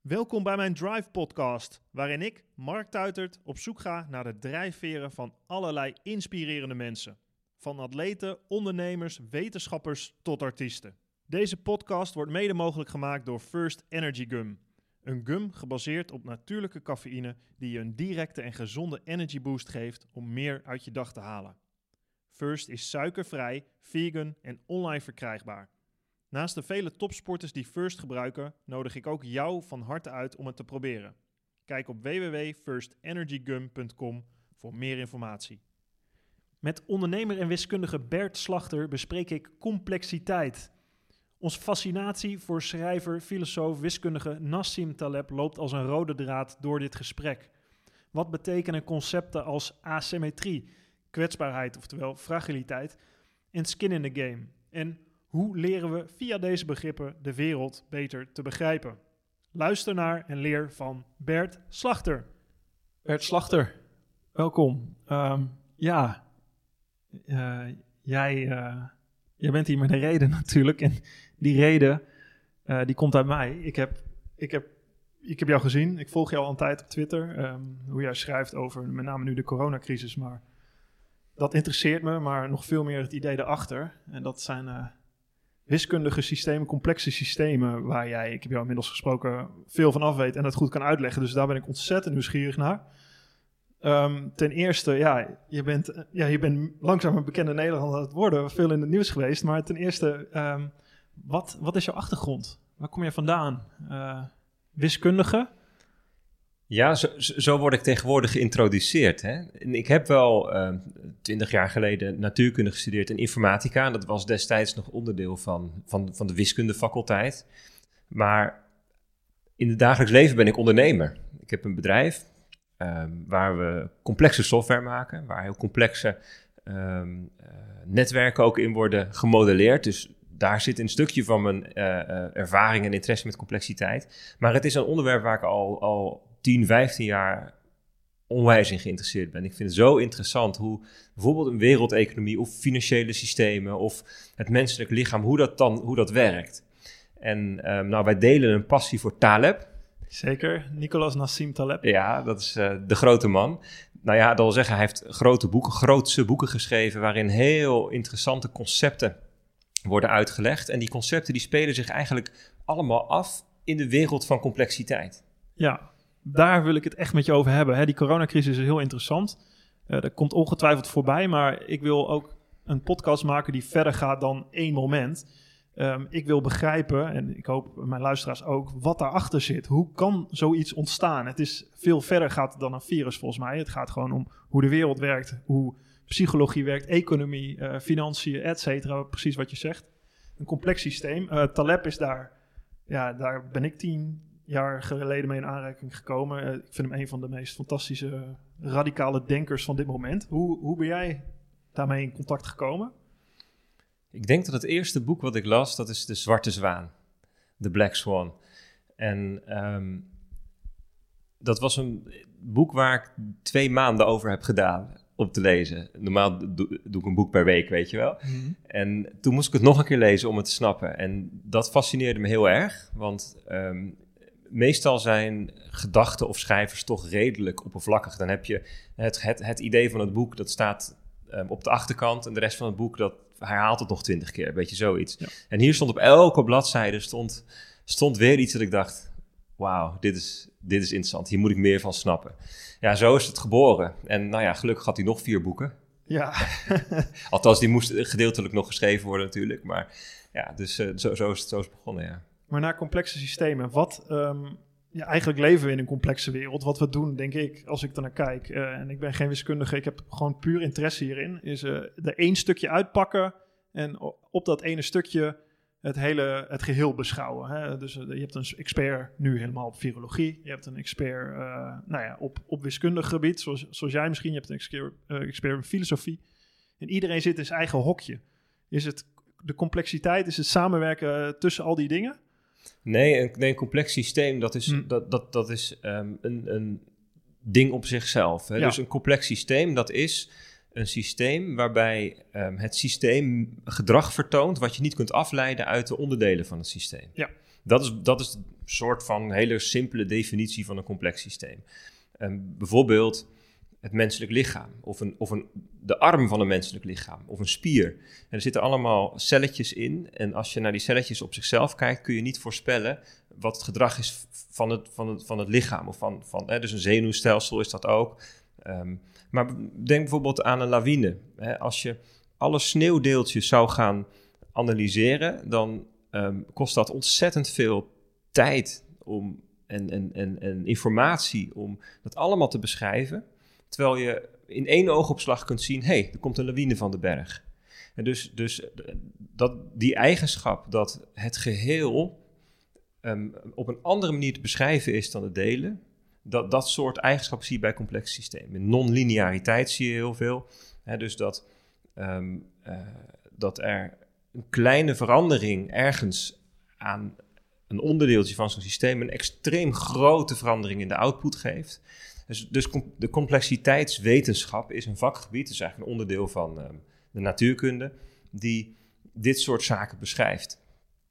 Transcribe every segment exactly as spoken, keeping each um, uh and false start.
Welkom bij mijn Drive podcast, waarin ik, Mark Tuitert, op zoek ga naar de drijfveren van allerlei inspirerende mensen. Van atleten, ondernemers, wetenschappers tot artiesten. Deze podcast wordt mede mogelijk gemaakt door First Energy Gum. Een gum gebaseerd op natuurlijke cafeïne die je een directe en gezonde energy boost geeft om meer uit je dag te halen. First is suikervrij, vegan en online verkrijgbaar. Naast de vele topsporters die First gebruiken, nodig ik ook jou van harte uit om het te proberen. Kijk op w w w punt first energy gum punt com voor meer informatie. Met ondernemer en wiskundige Bert Slachter bespreek ik complexiteit. Onze fascinatie voor schrijver, filosoof, wiskundige Nassim Taleb loopt als een rode draad door dit gesprek. Wat betekenen concepten als asymmetrie, kwetsbaarheid, oftewel fragiliteit, en skin in the game? En hoe leren we via deze begrippen de wereld beter te begrijpen? Luister naar en leer van Bert Slachter. Bert Slachter, welkom. Um, ja, uh, jij, uh, jij bent hier met een reden natuurlijk. En die reden uh, die komt uit mij. Ik heb, ik, heb, ik heb jou gezien. Ik volg jou al een tijd op Twitter. Um, hoe jij schrijft over met name nu de coronacrisis. Maar dat interesseert me, maar nog veel meer het idee erachter. En dat zijn Uh, wiskundige systemen, complexe systemen waar jij, ik heb jou inmiddels gesproken, veel van af weet en dat goed kan uitleggen. Dus daar ben ik ontzettend nieuwsgierig naar. Um, ten eerste, ja, je bent, ja, je bent langzaam een bekende Nederlander aan het worden, veel in het nieuws geweest. Maar ten eerste, um, wat, wat is jouw achtergrond? Waar kom je vandaan? Uh, wiskundige? Ja, zo, zo word ik tegenwoordig geïntroduceerd. Hè? En ik heb wel twintig uh, jaar geleden natuurkunde gestudeerd en informatica. En dat was destijds nog onderdeel van, van, van de wiskundefaculteit. Maar in het dagelijks leven ben ik ondernemer. Ik heb een bedrijf um, waar we complexe software maken. Waar heel complexe um, uh, netwerken ook in worden gemodelleerd. Dus daar zit een stukje van mijn uh, uh, ervaring en interesse met complexiteit. Maar het is een onderwerp waar ik al... al tien, vijftien jaar onwijs in geïnteresseerd ben. Ik vind het zo interessant hoe bijvoorbeeld een wereldeconomie of financiële systemen of het menselijk lichaam, hoe dat dan hoe dat werkt. En um, nou, wij delen een passie voor Taleb. Zeker, Nicolas Nassim Taleb. Ja, dat is uh, de grote man. Nou ja, dat wil zeggen, hij heeft grote boeken, grootse boeken geschreven waarin heel interessante concepten worden uitgelegd. En die concepten die spelen zich eigenlijk allemaal af in de wereld van complexiteit. Ja, daar wil ik het echt met je over hebben. Hè. Die coronacrisis is heel interessant. Uh, dat komt ongetwijfeld voorbij, maar ik wil ook een podcast maken die verder gaat dan één moment. Um, ik wil begrijpen, en ik hoop mijn luisteraars ook, wat daarachter zit. Hoe kan zoiets ontstaan? Het is veel verder gaat dan een virus volgens mij. Het gaat gewoon om hoe de wereld werkt, hoe psychologie werkt, economie, uh, financiën, et cetera. Precies wat je zegt. Een complex systeem. Uh, Taleb is daar, ja, daar ben ik tien jaar geleden mee in aanraking gekomen. Uh, ik vind hem een van de meest fantastische, uh, radicale denkers van dit moment. Hoe, hoe ben jij daarmee in contact gekomen? Ik denk dat het eerste boek wat ik las, dat is De Zwarte Zwaan. The Black Swan. En um, dat was een boek waar ik twee maanden over heb gedaan om te lezen. Normaal doe, doe ik een boek per week, weet je wel. Mm-hmm. En toen moest ik het nog een keer lezen om het te snappen. En dat fascineerde me heel erg, want Um, meestal zijn gedachten of schrijvers toch redelijk oppervlakkig. Dan heb je het, het, het idee van het boek, dat staat um, op de achterkant. En de rest van het boek, dat herhaalt het nog twintig keer. Weet je, zoiets. Ja. En hier stond op elke bladzijde stond, stond weer iets dat ik dacht, wauw, dit is, dit is interessant. Hier moet ik meer van snappen. Ja, zo is het geboren. En nou ja, gelukkig had hij nog vier boeken. Ja. Althans, die moesten gedeeltelijk nog geschreven worden natuurlijk. Maar ja, dus uh, zo, zo, is het, zo is het begonnen, ja. Maar naar complexe systemen. Wat, um, ja, eigenlijk leven we in een complexe wereld. Wat we doen, denk ik, als ik er naar kijk. Uh, en ik ben geen wiskundige, ik heb gewoon puur interesse hierin. Is uh, er één stukje uitpakken en op dat ene stukje het hele, het geheel beschouwen. Hè? Dus uh, je hebt een expert nu helemaal op virologie. Je hebt een expert uh, nou ja, op, op wiskundig gebied, zoals, zoals jij misschien. Je hebt een expert, uh, expert in filosofie. En iedereen zit in zijn eigen hokje. Is het de complexiteit, is het samenwerken tussen al die dingen? Nee, een, nee, een complex systeem, dat is, hm. dat, dat, dat is um, een, een ding op zichzelf. Hè? Ja. Dus een complex systeem, dat is een systeem waarbij um, het systeem gedrag vertoont wat je niet kunt afleiden uit de onderdelen van het systeem. Ja. dat is, dat is een soort van hele simpele definitie van een complex systeem. Um, bijvoorbeeld het menselijk lichaam, of, een, of een, de arm van een menselijk lichaam, of een spier. En er zitten allemaal celletjes in. En als je naar die celletjes op zichzelf kijkt, kun je niet voorspellen wat het gedrag is van het, van het, van het lichaam. Of van, van, hè, dus een zenuwstelsel is dat ook. Um, maar denk bijvoorbeeld aan een lawine. Hè. Als je alle sneeuwdeeltjes zou gaan analyseren, dan um, kost dat ontzettend veel tijd om, en, en, en, en informatie om dat allemaal te beschrijven. Terwijl je in één oogopslag kunt zien, hé, hey, er komt een lawine van de berg. En dus, dus dat, die eigenschap dat het geheel um, op een andere manier te beschrijven is dan het delen, dat, dat soort eigenschappen zie je bij complexe systemen. Non-lineariteit zie je heel veel. Hè, dus dat, um, uh, dat er een kleine verandering ergens aan een onderdeeltje van zo'n systeem een extreem grote verandering in de output geeft. Dus, dus com- de complexiteitswetenschap is een vakgebied, dus eigenlijk een onderdeel van um, de natuurkunde, die dit soort zaken beschrijft.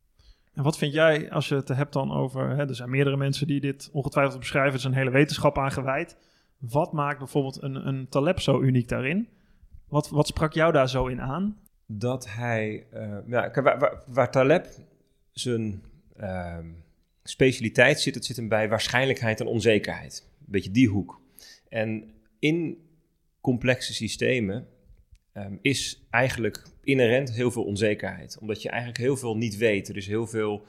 En wat vind jij, als je het hebt dan over, hè, er zijn meerdere mensen die dit ongetwijfeld beschrijven, er is een hele wetenschap aan gewijd. Wat maakt bijvoorbeeld een, een Taleb zo uniek daarin? Wat, wat sprak jou daar zo in aan? Dat hij, uh, ja, waar, waar, waar Taleb zijn uh, specialiteit zit, het zit hem bij waarschijnlijkheid en onzekerheid. Een beetje die hoek. En in complexe systemen um, is eigenlijk inherent heel veel onzekerheid. Omdat je eigenlijk heel veel niet weet. Er is heel veel...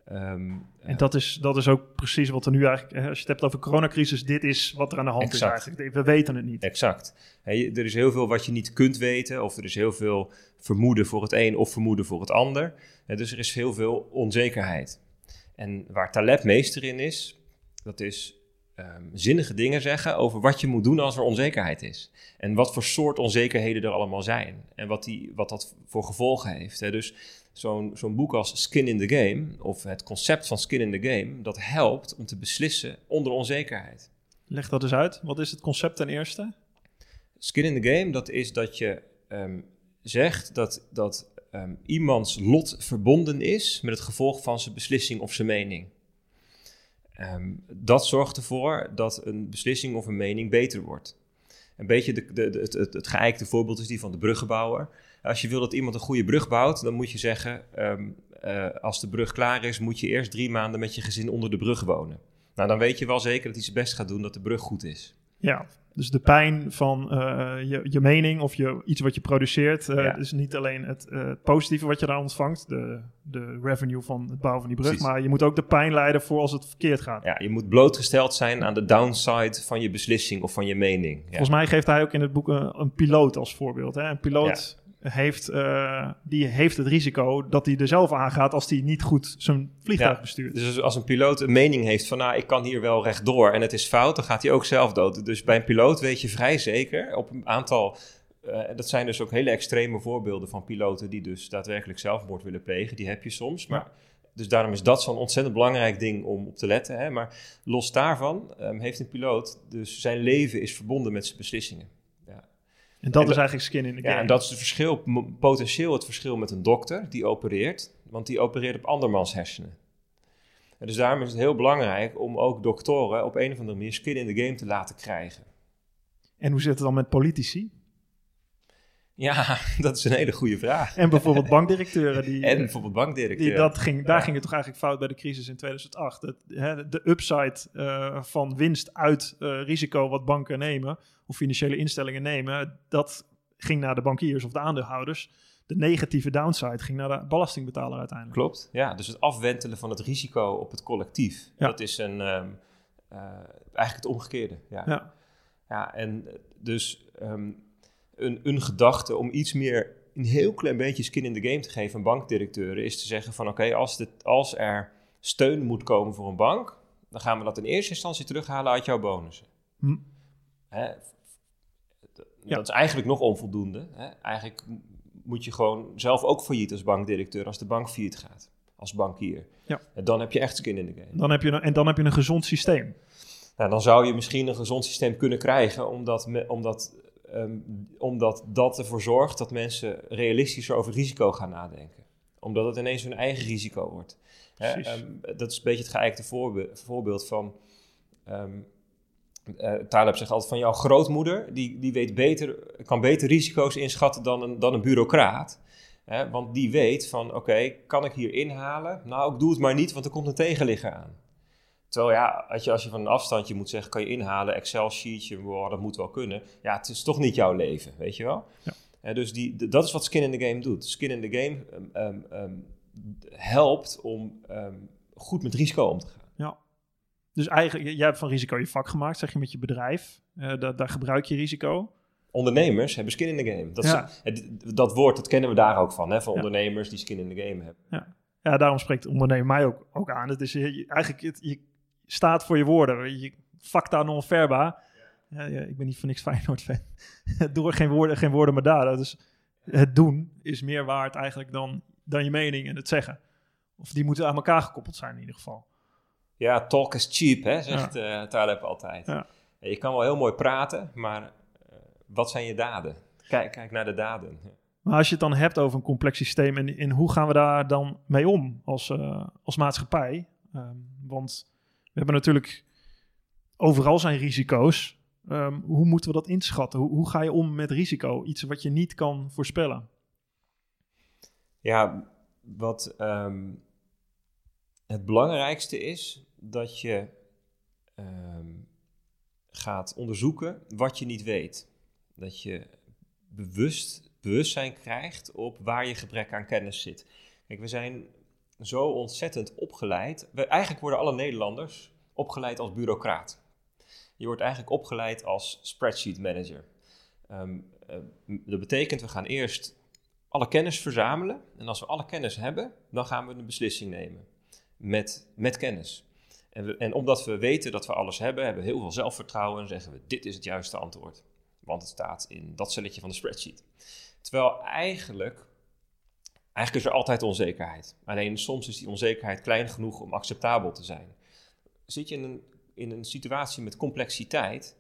Um, en dat is, dat is ook precies wat er nu eigenlijk... Als je het hebt over coronacrisis, dit is wat er aan de hand exact. is eigenlijk. We weten het niet. Exact. He, er is heel veel wat je niet kunt weten. Of er is heel veel vermoeden voor het een of vermoeden voor het ander. He, dus er is heel veel onzekerheid. En waar Taleb meester in is, dat is... Um, zinnige dingen zeggen over wat je moet doen als er onzekerheid is. En wat voor soort onzekerheden er allemaal zijn. En wat, die, wat dat voor gevolgen heeft. Hè. Dus zo'n, zo'n boek als Skin in the Game, of het concept van Skin in the Game, dat helpt om te beslissen onder onzekerheid. Leg dat eens uit. Wat is het concept ten eerste? Skin in the Game, dat is dat je um, zegt dat, dat um, iemands lot verbonden is met het gevolg van zijn beslissing of zijn mening. Um, dat zorgt ervoor dat een beslissing of een mening beter wordt. Een beetje de, de, de, het, het, het geëikte voorbeeld is die van de bruggenbouwer. Als je wil dat iemand een goede brug bouwt, dan moet je zeggen... Um, uh, als de brug klaar is, moet je eerst drie maanden met je gezin onder de brug wonen. Nou, dan weet je wel zeker dat hij zijn best gaat doen dat de brug goed is. Ja, dus de pijn van uh, je, je mening of je, iets wat je produceert... Uh, ja. is niet alleen het, uh, het positieve wat je daar ontvangt... De, de revenue van het bouwen van die brug... Precies. Maar je moet ook de pijn lijden voor als het verkeerd gaat. Ja, je moet blootgesteld zijn aan de downside van je beslissing of van je mening. Ja. Volgens mij geeft hij ook in het boek een, een piloot als voorbeeld. Hè? Een piloot... Ja. Heeft, uh, die heeft het risico dat hij er zelf aangaat als hij niet goed zijn vliegtuig ja, bestuurt. Dus als een piloot een mening heeft van, nou, ik kan hier wel rechtdoor en het is fout, dan gaat hij ook zelf dood. Dus bij een piloot weet je vrij zeker, op een aantal, uh, dat zijn dus ook hele extreme voorbeelden van piloten die dus daadwerkelijk zelfmoord willen plegen, die heb je soms. Maar, ja. Dus daarom is dat zo'n ontzettend belangrijk ding om op te letten. Hè? Maar los daarvan um, heeft een piloot, dus zijn leven is verbonden met zijn beslissingen. En dat en is dat, eigenlijk skin in the game. Ja, en dat is het verschil, potentieel het verschil met een dokter die opereert, want die opereert op andermans hersenen. En dus daarom is het heel belangrijk om ook doktoren op een of andere manier skin in the game te laten krijgen. En hoe zit het dan met politici? Ja, dat is een hele goede vraag. En bijvoorbeeld bankdirecteuren. Die, en bijvoorbeeld bankdirecteuren. Die, dat ging, daar ja. ging het toch eigenlijk fout bij de crisis in tweeduizend acht. Het, hè, de upside uh, van winst uit uh, risico wat banken nemen, of financiële instellingen nemen, dat ging naar de bankiers of de aandeelhouders. De negatieve downside ging naar de belastingbetaler uiteindelijk. Klopt, ja. Dus het afwentelen van het risico op het collectief. Ja. Dat is een, um, uh, eigenlijk het omgekeerde. Ja, ja. ja en dus... Um, Een, een gedachte om iets meer, een heel klein beetje skin in the game te geven aan bankdirecteuren, is te zeggen van oké, okay, als, als er steun moet komen voor een bank, dan gaan we dat in eerste instantie terughalen uit jouw bonussen. Hm. Hè? Dat ja. is eigenlijk nog onvoldoende. Hè? Eigenlijk moet je gewoon zelf ook failliet als bankdirecteur als de bank failliet gaat, als bankier. Ja. En dan heb je echt skin in the game. Dan heb je een, en dan heb je een gezond systeem. Nou, dan zou je misschien een gezond systeem kunnen krijgen, omdat... omdat Um, omdat dat ervoor zorgt dat mensen realistischer over risico gaan nadenken. Omdat het ineens hun eigen risico wordt. Hè? Um, dat is een beetje het geëikte voorbeeld, voorbeeld van... Um, uh, Taleb zegt altijd van jouw grootmoeder, die, die weet beter, kan beter risico's inschatten dan een, dan een bureaucraat. Hè? Want die weet van, oké, okay, kan ik hier inhalen? Nou, ik doe het maar niet, want er komt een tegenligger aan. Terwijl ja, als je, als je van een afstandje moet zeggen, kan je inhalen, Excel-sheetje, wow, dat moet wel kunnen. Ja, het is toch niet jouw leven, weet je wel? Ja. Uh, dus die, d- dat is wat Skin in the Game doet. Skin in the Game um, um, um, helpt om um, goed met risico om te gaan. Ja. Dus eigenlijk, jij hebt van risico je vak gemaakt, zeg je met je bedrijf. Uh, da- daar gebruik je risico. Ondernemers hebben skin in the game. Dat, ja. is, het, dat woord, dat kennen we daar ook van, hè, van ja. ondernemers die skin in the game hebben. Ja, ja daarom spreekt ondernemer mij ook, ook aan. Het is je, eigenlijk, het, je staat voor je woorden. Je facta non verba. Ja, ja, ik ben niet voor niks Feyenoord-fan. Door geen woorden, geen woorden maar daden. Dus het doen is meer waard eigenlijk dan, dan je mening en het zeggen. Of die moeten aan elkaar gekoppeld zijn in ieder geval. Ja, talk is cheap, hè, zegt ja. uh, Taleb altijd. Ja. Ja, je kan wel heel mooi praten, maar uh, wat zijn je daden? Kijk, kijk naar de daden. Ja. Maar als je het dan hebt over een complex systeem... en, en hoe gaan we daar dan mee om als, uh, als maatschappij? Um, want we hebben natuurlijk... overal zijn risico's. Um, hoe moeten we dat inschatten? Hoe, hoe ga je om met risico? Iets wat je niet kan voorspellen. Ja, wat um, het belangrijkste is... dat je um, gaat onderzoeken wat je niet weet. Dat je bewust, bewustzijn krijgt op waar je gebrek aan kennis zit. Kijk, we zijn zo ontzettend opgeleid. We, eigenlijk worden alle Nederlanders opgeleid als bureaucraat. Je wordt eigenlijk opgeleid als spreadsheet manager. Um, uh, dat betekent, we gaan eerst alle kennis verzamelen. En als we alle kennis hebben, dan gaan we een beslissing nemen. Met, met kennis. En, we, en omdat we weten dat we alles hebben, hebben we heel veel zelfvertrouwen. En zeggen we, dit is het juiste antwoord. Want het staat in dat celletje van de spreadsheet. Terwijl eigenlijk, eigenlijk is er altijd onzekerheid. Alleen soms is die onzekerheid klein genoeg om acceptabel te zijn. Zit je in een, in een situatie met complexiteit,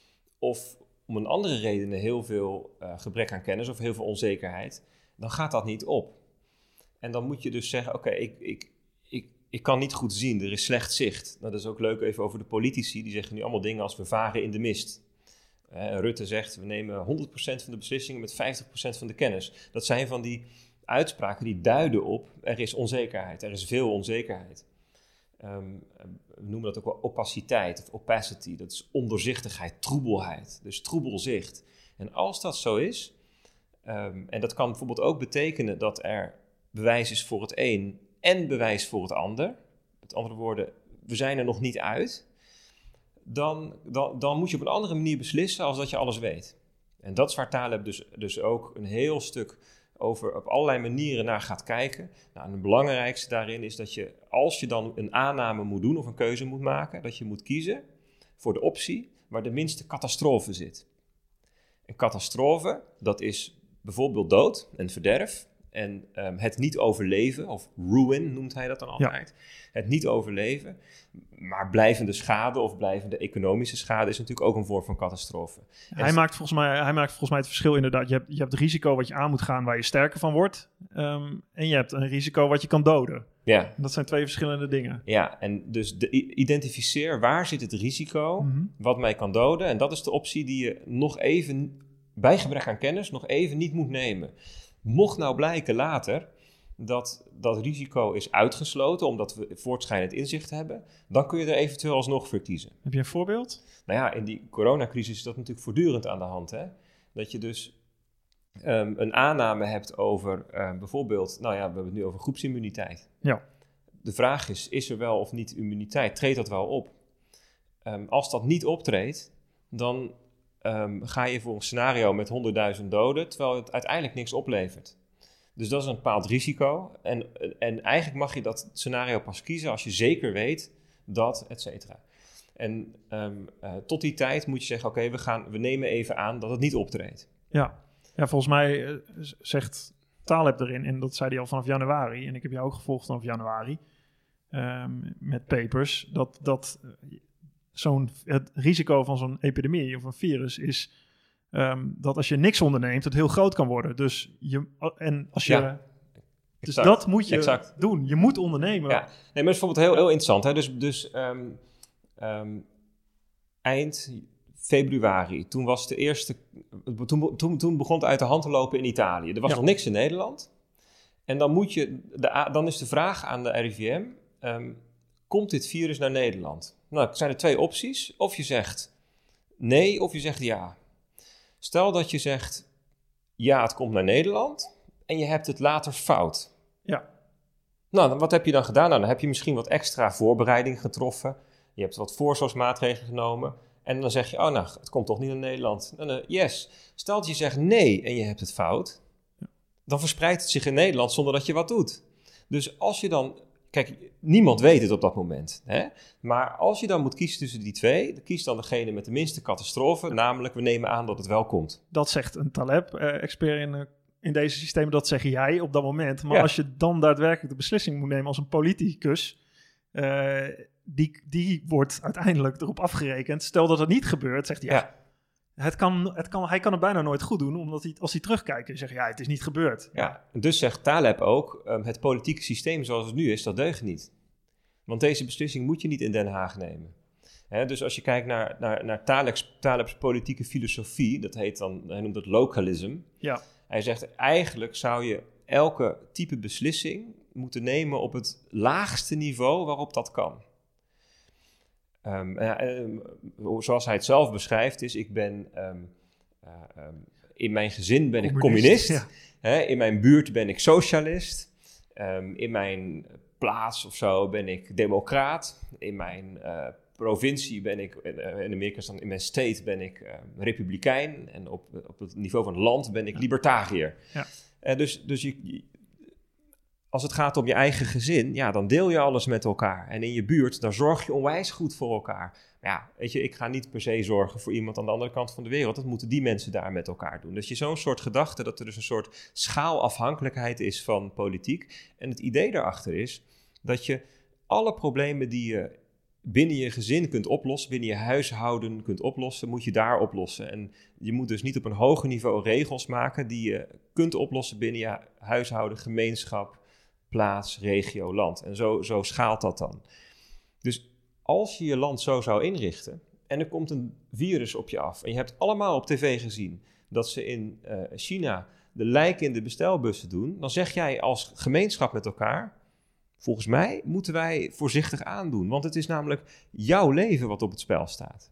of om een andere reden heel veel uh, gebrek aan kennis of heel veel onzekerheid, dan gaat dat niet op. En dan moet je dus zeggen, oké, okay, ik, ik, ik, ik kan niet goed zien, er is slecht zicht. Nou, dat is ook leuk even over de politici, die zeggen nu allemaal dingen als we varen in de mist. Uh, Rutte zegt, we nemen honderd procent van de beslissingen met vijftig procent van de kennis. Dat zijn van die uitspraken die duiden op, er is onzekerheid, er is veel onzekerheid. Um, we noemen dat ook wel opaciteit of opacity, dat is ondoorzichtigheid, troebelheid, dus troebelzicht. En als dat zo is, um, en dat kan bijvoorbeeld ook betekenen dat er bewijs is voor het een en bewijs voor het ander, met andere woorden, we zijn er nog niet uit, dan, dan, dan moet je op een andere manier beslissen als dat je alles weet. En dat is waar Taleb dus, dus ook een heel stuk over op allerlei manieren naar gaat kijken. Nou, en het belangrijkste daarin is dat je, als je dan een aanname moet doen of een keuze moet maken, dat je moet kiezen voor de optie waar de minste catastrofe zit. Een catastrofe, dat is bijvoorbeeld dood en verderf en um, het niet overleven, of ruin noemt hij dat dan altijd. Ja. Het niet overleven, maar blijvende schade of blijvende economische schade is natuurlijk ook een vorm van catastrofe. Hij maakt, volgens mij, hij maakt volgens mij het verschil inderdaad. Je hebt, je hebt het risico wat je aan moet gaan waar je sterker van wordt. Um, en je hebt een risico wat je kan doden. Ja. Dat zijn twee verschillende dingen. Ja, en dus de, identificeer waar zit het risico mm-hmm. wat mij kan doden. En dat is de optie die je nog even, bij gebrek aan kennis, nog even niet moet nemen. Mocht nou blijken later dat dat risico is uitgesloten, omdat we voortschrijdend inzicht hebben, dan kun je er eventueel alsnog voor kiezen. Heb je een voorbeeld? Nou ja, in die coronacrisis is dat natuurlijk voortdurend aan de hand. Hè? Dat je dus um, een aanname hebt over uh, bijvoorbeeld, nou ja, we hebben het nu over groepsimmuniteit. Ja. De vraag is, is er wel of niet immuniteit? Treedt dat wel op? Um, als dat niet optreedt, dan um, ga je voor een scenario met honderdduizend doden, terwijl het uiteindelijk niks oplevert. Dus dat is een bepaald risico. En, en eigenlijk mag je dat scenario pas kiezen als je zeker weet dat, et cetera. En um, uh, tot die tijd moet je zeggen, oké, okay, we gaan, we nemen even aan dat het niet optreedt. Ja, ja volgens mij uh, zegt Taleb erin, en dat zei hij al vanaf januari, en ik heb jou ook gevolgd vanaf januari, um, met papers, dat, dat uh, zo'n, het risico van zo'n epidemie of een virus is Um, dat als je niks onderneemt, het heel groot kan worden. Dus je, en als je... Ja. Dus dat moet je exact. doen. Je moet ondernemen. Ja, nee, maar dat is bijvoorbeeld heel, heel interessant. Hè? Dus, dus um, um, eind februari, toen was de eerste... Toen, toen, toen begon het uit de hand te lopen in Italië. Er was ja. nog niks in Nederland. En dan, moet je de, dan is de vraag aan de R I V M... Um, komt dit virus naar Nederland? Nou, er zijn er twee opties. Of je zegt nee, of je zegt ja. Stel dat je zegt... ja, het komt naar Nederland... en je hebt het later fout... Ja. Nou, wat heb je dan gedaan? Nou, dan heb je misschien wat extra voorbereiding getroffen. Je hebt wat voorzorgsmaatregelen genomen. En dan zeg je, oh nou, het komt toch niet naar Nederland. Dan, uh, yes. Stel dat je zegt nee en je hebt het fout. Ja. Dan verspreidt het zich in Nederland zonder dat je wat doet. Dus als je dan... Kijk, niemand weet het op dat moment. Hè? Maar als je dan moet kiezen tussen die twee... kies dan degene met de minste catastrofe. Ja. Namelijk, we nemen aan dat het wel komt. Dat zegt een Taleb-expert in... Uh... in deze systemen, dat zeg jij op dat moment. Maar ja. als je dan daadwerkelijk de beslissing moet nemen als een politicus... Uh, die, die wordt uiteindelijk erop afgerekend. Stel dat het niet gebeurt, zegt hij... Ja, ja. Het kan, het kan, hij kan het bijna nooit goed doen... omdat hij, als hij terugkijkt en zegt... ja, het is niet gebeurd. Ja, dus zegt Taleb ook... Um, het politieke systeem zoals het nu is, dat deugt niet. Want deze beslissing moet je niet in Den Haag nemen. Hè, dus als je kijkt naar, naar, naar Taleb's, Taleb's politieke filosofie... dat heet dan, hij noemt dat localism... Ja. Hij zegt, eigenlijk zou je elke type beslissing moeten nemen op het laagste niveau waarop dat kan. Um, uh, um, zoals hij het zelf beschrijft is, ik ben, um, uh, um, in mijn gezin ben ik communist, ja. hè, in mijn buurt ben ik socialist, um, in mijn plaats of zo ben ik democraat, in mijn... Uh, provincie ben ik, in Amerika dan in mijn state ben ik uh, republikein en op, op het niveau van land ben ik libertariër. Ja. Uh, dus dus je, je, als het gaat om je eigen gezin, ja, dan deel je alles met elkaar. En in je buurt, daar zorg je onwijs goed voor elkaar. Maar ja, weet je, ik ga niet per se zorgen voor iemand aan de andere kant van de wereld. Dat moeten die mensen daar met elkaar doen. Dus je zo'n soort gedachte dat er dus een soort schaalafhankelijkheid is van politiek. En het idee daarachter is dat je alle problemen die je binnen je gezin kunt oplossen, binnen je huishouden kunt oplossen, moet je daar oplossen. En je moet dus niet op een hoger niveau regels maken die je kunt oplossen binnen je huishouden, gemeenschap, plaats, regio, land. En zo, zo schaalt dat dan. Dus als je je land zo zou inrichten en er komt een virus op je af en je hebt allemaal op tv gezien dat ze in uh, China de lijken in de bestelbussen doen, dan zeg jij als gemeenschap met elkaar, volgens mij moeten wij voorzichtig aandoen, want het is namelijk jouw leven wat op het spel staat.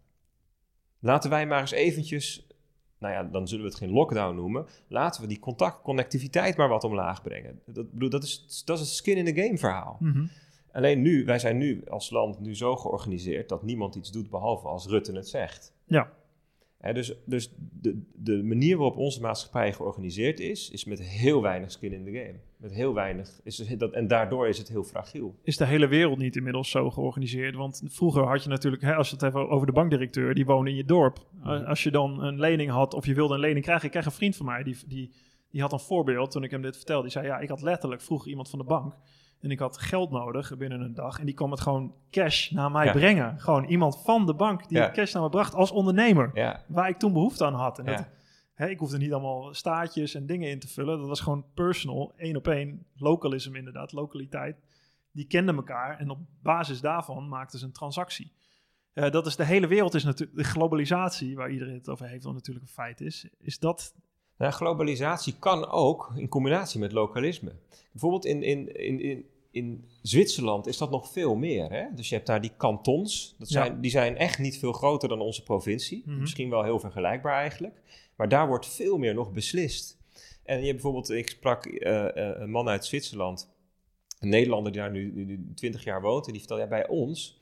Laten wij maar eens eventjes, nou ja, dan zullen we het geen lockdown noemen, laten we die contact, connectiviteit maar wat omlaag brengen. Dat, bedoel, dat is, dat is het skin in the game verhaal. Mm-hmm. Alleen nu, wij zijn nu als land nu zo georganiseerd dat niemand iets doet behalve als Rutte het zegt. Ja. He, dus dus de, de manier waarop onze maatschappij georganiseerd is, is met heel weinig skin in the game. Met heel weinig, is dat, en daardoor is het heel fragiel. Is de hele wereld niet inmiddels zo georganiseerd? Want vroeger had je natuurlijk, hè, als je het even over de bankdirecteur, die woonde in je dorp. Mm-hmm. Als je dan een lening had of je wilde een lening krijgen. Ik kreeg een vriend van mij, die, die, die had een voorbeeld toen ik hem dit vertelde. Die zei, ja, ik had letterlijk vroeger iemand van de bank. En ik had geld nodig binnen een dag. En die kwam het gewoon cash naar mij ja. brengen. Gewoon iemand van de bank die ja. cash naar me bracht als ondernemer. Ja. Waar ik toen behoefte aan had. En dat, ja. hè, ik hoefde niet allemaal staartjes en dingen in te vullen. Dat was gewoon personal, één op één. Localism inderdaad, lokaliteit. Die kenden elkaar. En op basis daarvan maakten ze een transactie. Uh, dat is de hele wereld is natuurlijk... De globalisatie, waar iedereen het over heeft, wat natuurlijk een feit is. Is dat... Nou, globalisatie kan ook in combinatie met lokalisme. Bijvoorbeeld in, in, in, in, in Zwitserland is dat nog veel meer. Hè? Dus je hebt daar die kantons. Dat zijn, ja. Die zijn echt niet veel groter dan onze provincie. Mm-hmm. Misschien wel heel vergelijkbaar eigenlijk. Maar daar wordt veel meer nog beslist. En je hebt bijvoorbeeld, ik sprak uh, uh, een man uit Zwitserland. Een Nederlander die daar nu, nu twintig jaar woont. En die vertelde, ja, bij ons,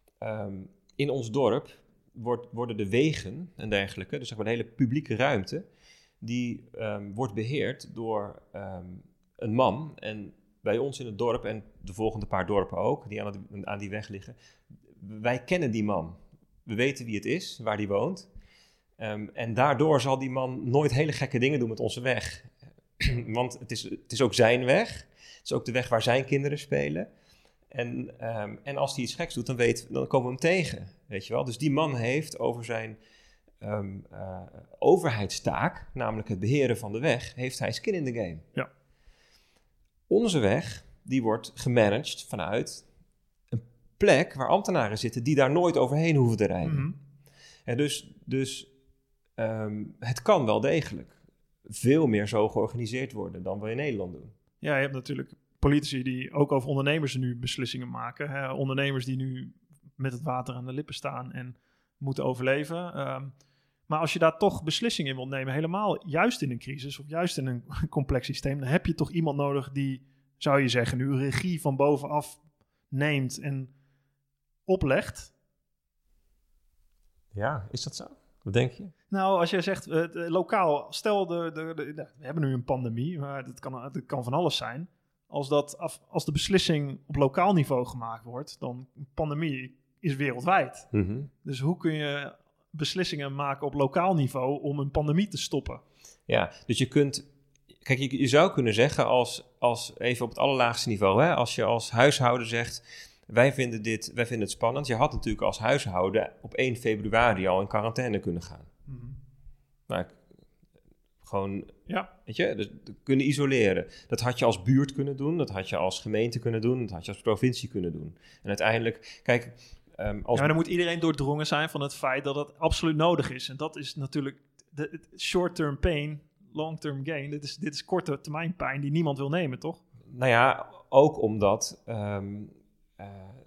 um, in ons dorp, wordt, worden de wegen en dergelijke. Dus zeg maar de hele publieke ruimte. Die um, wordt beheerd door um, een man. En bij ons in het dorp en de volgende paar dorpen ook, die aan, het, aan die weg liggen. Wij kennen die man. We weten wie het is, waar die woont. Um, en daardoor zal die man nooit hele gekke dingen doen met onze weg. Want het is, het is ook zijn weg. Het is ook de weg waar zijn kinderen spelen. En, um, en als hij iets geks doet, dan, weet, dan komen we hem tegen. Weet je wel? Dus die man heeft over zijn... Um, uh, overheidstaak, namelijk het beheren van de weg, heeft hij skin in the game. Ja. onze weg, die wordt gemanaged vanuit een plek waar ambtenaren zitten die daar nooit overheen hoeven te rijden. Mm-hmm. En dus dus um, het kan wel degelijk veel meer zo georganiseerd worden dan we in Nederland doen. Ja, je hebt natuurlijk politici die ook over ondernemers nu beslissingen maken. Hè? Ondernemers die nu met het water aan de lippen staan en moeten overleven. Um, maar als je daar toch beslissingen in wilt nemen, helemaal juist in een crisis of juist in een complex systeem, dan heb je toch iemand nodig die, zou je zeggen, nu regie van bovenaf neemt en oplegt. Ja, is dat zo? Wat denk je? Nou, als je zegt uh, lokaal, stel de, de, de, de, we hebben nu een pandemie, maar dat kan, dat kan van alles zijn. Als, dat af, als de beslissing op lokaal niveau gemaakt wordt, dan een pandemie is wereldwijd. Mm-hmm. Dus hoe kun je beslissingen maken op lokaal niveau om een pandemie te stoppen? Ja, dus je kunt... Kijk, je, je zou kunnen zeggen als, als even op het allerlaagste niveau, hè, als je als huishouden zegt, wij vinden dit, wij vinden het spannend. Je had natuurlijk als huishouden op één februari al in quarantaine kunnen gaan. Mm-hmm. Nou, gewoon, ja. weet je, dus kunnen isoleren. Dat had je als buurt kunnen doen, dat had je als gemeente kunnen doen, dat had je als provincie kunnen doen. En uiteindelijk, kijk... Um, als... Ja, maar dan moet iedereen doordrongen zijn van het feit dat het absoluut nodig is. En dat is natuurlijk de short-term pain, long-term gain. Dit is, dit is korte termijn pijn die niemand wil nemen, toch? Nou ja, ook omdat um, uh,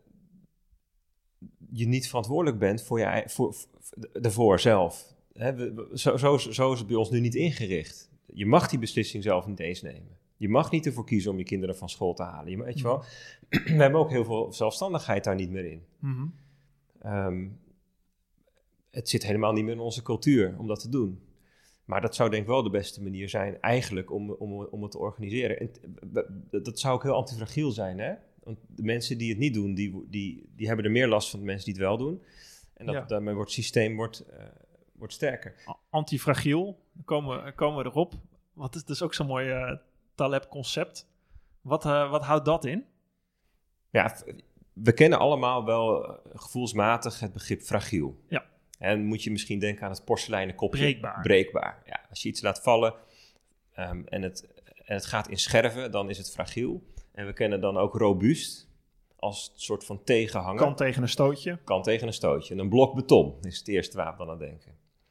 je niet verantwoordelijk bent voor je voor, voor, ervoor zelf. Hè, we, zo, zo, zo is het bij ons nu niet ingericht. Je mag die beslissing zelf niet eens nemen. Je mag niet ervoor kiezen om je kinderen van school te halen. Je, weet je wel, we hebben ook heel veel zelfstandigheid daar niet meer in. Mm-hmm. Um, het zit helemaal niet meer in onze cultuur om dat te doen. Maar dat zou denk ik wel de beste manier zijn eigenlijk om, om, om het te organiseren. En dat zou ook heel antifragiel zijn, hè? Want de mensen die het niet doen, die, die, die hebben er meer last van de mensen die het wel doen. En dat, ja. daarmee wordt het systeem wordt, uh, wordt sterker. Antifragiel, dan komen we, komen we erop. Wat is dus ook zo'n mooi uh, Taleb-concept. Wat, uh, wat houdt dat in? Ja, we kennen allemaal wel uh, gevoelsmatig het begrip fragiel. Ja. En moet je misschien denken aan het porseleinen kopje. Breekbaar. Breekbaar, ja. Als je iets laat vallen um, en, het, en het gaat in scherven, dan is het fragiel. En we kennen dan ook robuust als een soort van tegenhanger. Kan tegen een stootje. Kan tegen een stootje. En een blok beton is het eerste waar we dan aan denken.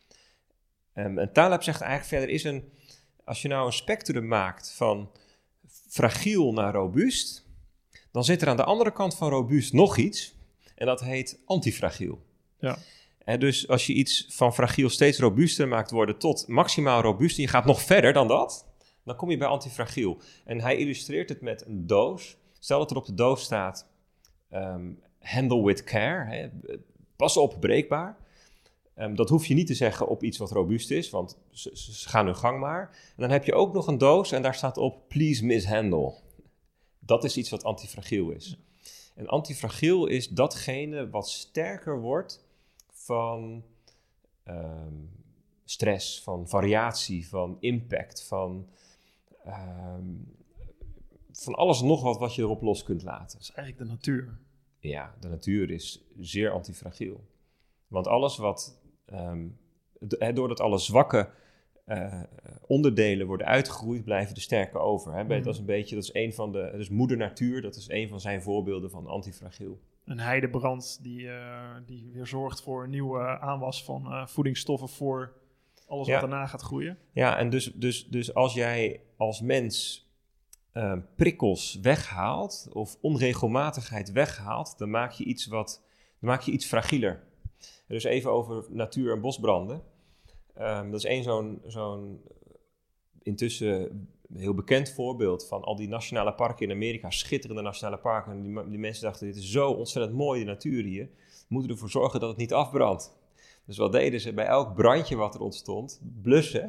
Um, en Taleb zegt eigenlijk verder, is een, als je nou een spectrum maakt van fragiel naar robuust, dan zit er aan de andere kant van robuust nog iets. En dat heet antifragiel. Ja. En dus als je iets van fragiel steeds robuuster maakt worden tot maximaal robuust, en je gaat nog verder dan dat, dan kom je bij antifragiel. En hij illustreert het met een doos. Stel dat er op de doos staat, um, handle with care, hè, pas op, breekbaar. Um, dat hoef je niet te zeggen op iets wat robuust is, want ze, ze gaan hun gang maar. En dan heb je ook nog een doos en daar staat op, please mishandle. Dat is iets wat antifragiel is. En antifragiel is datgene wat sterker wordt van um, stress, van variatie, van impact, van, um, van alles en nog wat wat je erop los kunt laten. Dat is eigenlijk de natuur. Ja, de natuur is zeer antifragiel. Want alles wat, um, do- doordat alle zwakke uh, onderdelen worden uitgegroeid, blijven de sterke over. Hè? Mm. Dat is een beetje, dat is een van de, dus moeder natuur, dat is een van zijn voorbeelden van antifragiel. Een heidebrand die, uh, die weer zorgt voor een nieuwe aanwas van uh, voedingsstoffen voor alles ja. wat daarna gaat groeien. Ja, en dus, dus, dus als jij als mens uh, prikkels weghaalt of onregelmatigheid weghaalt, dan maak je iets wat, dan maak je iets fragieler. Dus even over natuur- en bosbranden. Um, dat is één zo'n, zo'n intussen heel bekend voorbeeld van al die nationale parken in Amerika, schitterende nationale parken. En die, die mensen dachten, dit is zo ontzettend mooi, de natuur hier. We moeten ervoor zorgen dat het niet afbrandt. Dus wat deden ze? Bij elk brandje wat er ontstond, blussen,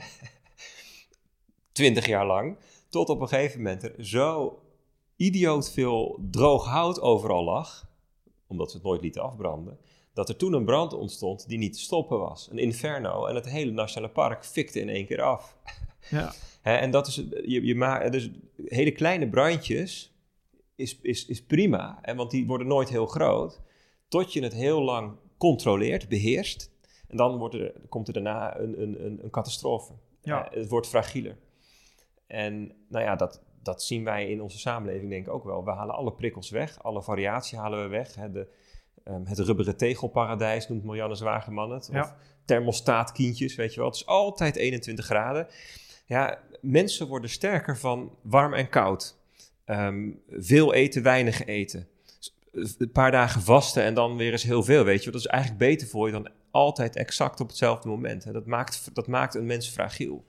twintig jaar lang, tot op een gegeven moment er zo idioot veel droog hout overal lag, omdat ze het nooit lieten afbranden, dat er toen een brand ontstond die niet te stoppen was. Een inferno. En het hele nationale park fikte in één keer af. Ja. He, en dat is, je, je maakt, dus hele kleine brandjes is, is, is prima, hè, want die worden nooit heel groot, tot je het heel lang controleert, beheerst, en dan wordt er, komt er daarna een, een, een, een catastrofe. Ja. Uh, het wordt fragieler. En nou ja, dat, dat zien wij in onze samenleving denk ik ook wel. We halen alle prikkels weg, alle variatie halen we weg. Hè, de, um, het rubberen tegelparadijs noemt Marianne Zwageman het. Of Ja. thermostaatkindjes, weet je wel. Het is altijd eenentwintig graden. Ja, mensen worden sterker van warm en koud. Um, veel eten, weinig eten. Een paar dagen vasten en dan weer eens heel veel, weet je. Dat is eigenlijk beter voor je dan altijd exact op hetzelfde moment. Hè. Dat maakt, dat maakt een mens fragiel.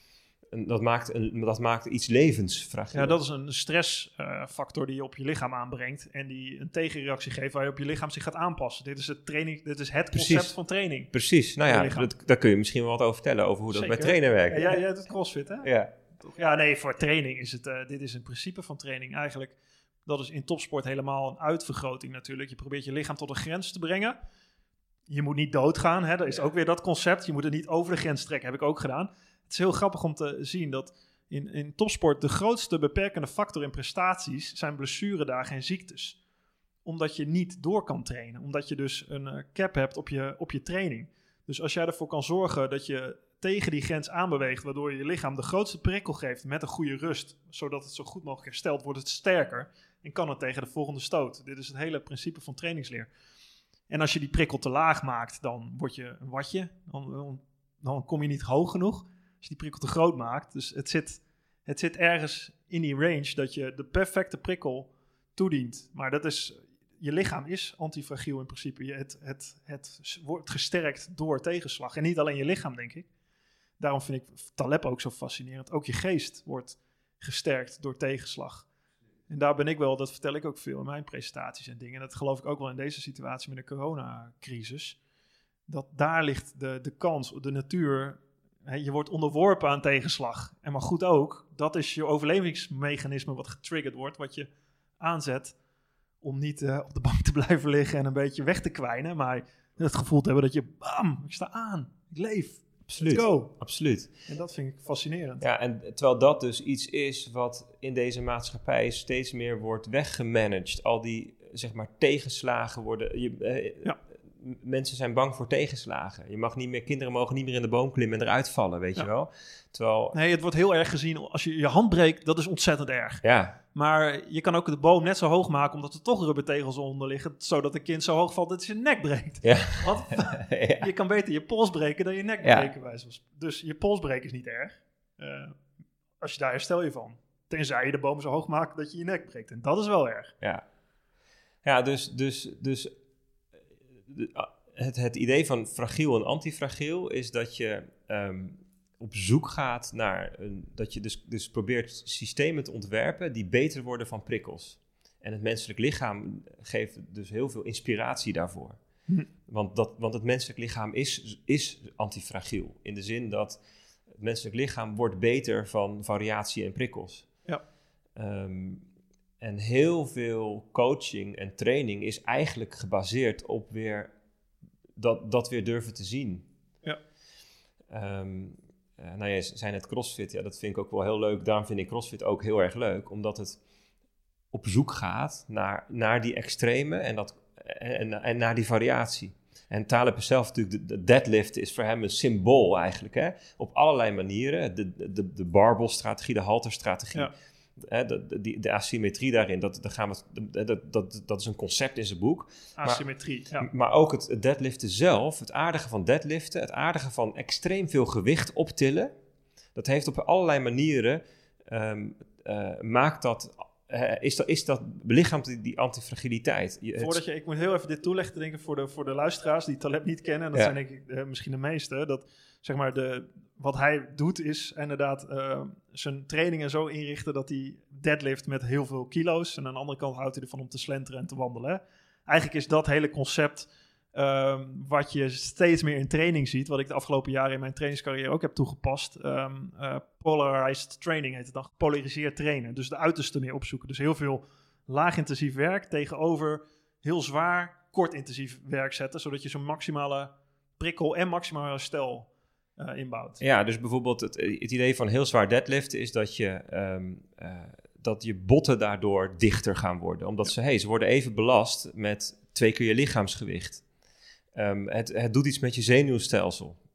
En dat maakt, een, dat maakt iets levens fragiel. Ja, dat is een stressfactor uh, die je op je lichaam aanbrengt en die een tegenreactie geeft waar je op je lichaam zich gaat aanpassen. Dit is het, training, dit is het concept Precies. van training. Precies, nou ja, dat, daar kun je misschien wel wat over vertellen, over hoe Zeker. dat bij trainen werkt. Ja, jij, jij doet CrossFit, hè? Ja. Ja, nee, voor training is het, uh, dit is een principe van training eigenlijk. Dat is in topsport helemaal een uitvergroting natuurlijk. Je probeert je lichaam tot een grens te brengen. Je moet niet doodgaan, hè? Dat is ook weer dat concept. Je moet het niet over de grens trekken, heb ik ook gedaan. Het is heel grappig om te zien dat in, in topsport de grootste beperkende factor in prestaties zijn blessuredagen en ziektes. Omdat je niet door kan trainen. Omdat je dus een uh, cap hebt op je, op je training. Dus als jij ervoor kan zorgen dat je tegen die grens aanbeweegt, waardoor je je lichaam de grootste prikkel geeft met een goede rust, zodat het zo goed mogelijk herstelt, wordt het sterker en kan het tegen de volgende stoot. Dit is het hele principe van trainingsleer. En als je die prikkel te laag maakt, dan word je een watje. Dan, dan, dan kom je niet hoog genoeg. Als je die prikkel te groot maakt. Dus het zit, het zit ergens in die range dat je de perfecte prikkel toedient. Maar dat is, je lichaam is antifragiel in principe. Je, het, het, het wordt gesterkt door tegenslag. En niet alleen je lichaam, denk ik. Daarom vind ik Taleb ook zo fascinerend. Ook je geest wordt gesterkt door tegenslag. En daar ben ik wel, dat vertel ik ook veel in mijn presentaties en dingen. En dat geloof ik ook wel in deze situatie met de coronacrisis. Dat daar ligt de, de kans, de natuur. Hè, je wordt onderworpen aan tegenslag. En maar goed ook, dat is je overlevingsmechanisme wat getriggerd wordt. Wat je aanzet om niet uh, op de bank te blijven liggen en een beetje weg te kwijnen. Maar het gevoel te hebben dat je, bam, ik sta aan, ik leef. Absoluut, Let's go. absoluut. En dat vind ik fascinerend. Ja, en terwijl dat dus iets is wat in deze maatschappij steeds meer wordt weggemanaged. Al die, zeg maar, tegenslagen worden... Je, eh, ja. Mensen zijn bang voor tegenslagen. Je mag niet meer, kinderen mogen niet meer in de boom klimmen en eruit vallen, weet ja. je wel. Terwijl... Nee, het wordt heel erg gezien. Als je je hand breekt, dat is ontzettend erg. Ja. Maar je kan ook de boom net zo hoog maken, omdat er toch rubbertegels onder liggen, zodat een kind zo hoog valt dat hij zijn nek breekt. Ja. Want ja. je kan beter je pols breken dan je nek ja. breken. Bij zoals. Dus je pols breken is niet erg. Uh, als je daar herstel je van. Tenzij je de boom zo hoog maakt dat je je nek breekt. En dat is wel erg. Ja, ja dus... dus, dus Het, het idee van fragiel en antifragiel is dat je um, op zoek gaat naar... Een, dat je dus, dus probeert systemen te ontwerpen die beter worden van prikkels. En het menselijk lichaam geeft dus heel veel inspiratie daarvoor. Hm. Want, dat, want het menselijk lichaam is, is antifragiel. In de zin dat het menselijk lichaam wordt beter van variatie en prikkels. Ja. Um, en heel veel coaching en training is eigenlijk gebaseerd op weer... Dat, dat weer durven te zien. Ja. Um, uh, nou, jij zei net CrossFit. Ja, dat vind ik ook wel heel leuk. Daarom vind ik CrossFit ook heel erg leuk. Omdat het op zoek gaat naar, naar die extreme en, dat, en, en naar die variatie. En Taleb is zelf natuurlijk... De, de deadlift is voor hem een symbool eigenlijk. Hè? Op allerlei manieren. De, de, de barbell-strategie, de halterstrategie... Ja. He, de, de, de asymmetrie daarin, dat, dat, gaan we, dat, dat, dat is een concept in zijn boek. Asymmetrie, maar, ja. Maar ook het, het deadliften zelf, het aardige van deadliften, het aardige van extreem veel gewicht optillen, dat heeft op allerlei manieren, um, uh, maakt dat, uh, is dat, is dat belichaamt die, die antifragiliteit. Je, Voordat je, ik moet heel even dit toelichten, denk ik, voor de, voor de luisteraars die Taleb niet kennen, en dat ja. zijn denk ik uh, misschien de meeste, dat zeg maar de... Wat hij doet is inderdaad uh, zijn trainingen zo inrichten dat hij deadlift met heel veel kilo's. En aan de andere kant houdt hij ervan om te slenteren en te wandelen. Hè? Eigenlijk is dat hele concept um, wat je steeds meer in training ziet. Wat ik de afgelopen jaren in mijn trainingscarrière ook heb toegepast. Um, uh, polarized training heet het dan. Gepolariseerd trainen. Dus de uiterste meer opzoeken. Dus heel veel laagintensief werk tegenover heel zwaar kortintensief werk zetten. Zodat je zo'n maximale prikkel en maximale herstel Uh, inbouwt. Ja, dus bijvoorbeeld het, het idee van heel zwaar deadliften is dat je, um, uh, dat je botten daardoor dichter gaan worden. Omdat ja. ze, hey, ze worden even belast met twee keer je lichaamsgewicht. Um, het, het doet iets met je zenuwstelsel.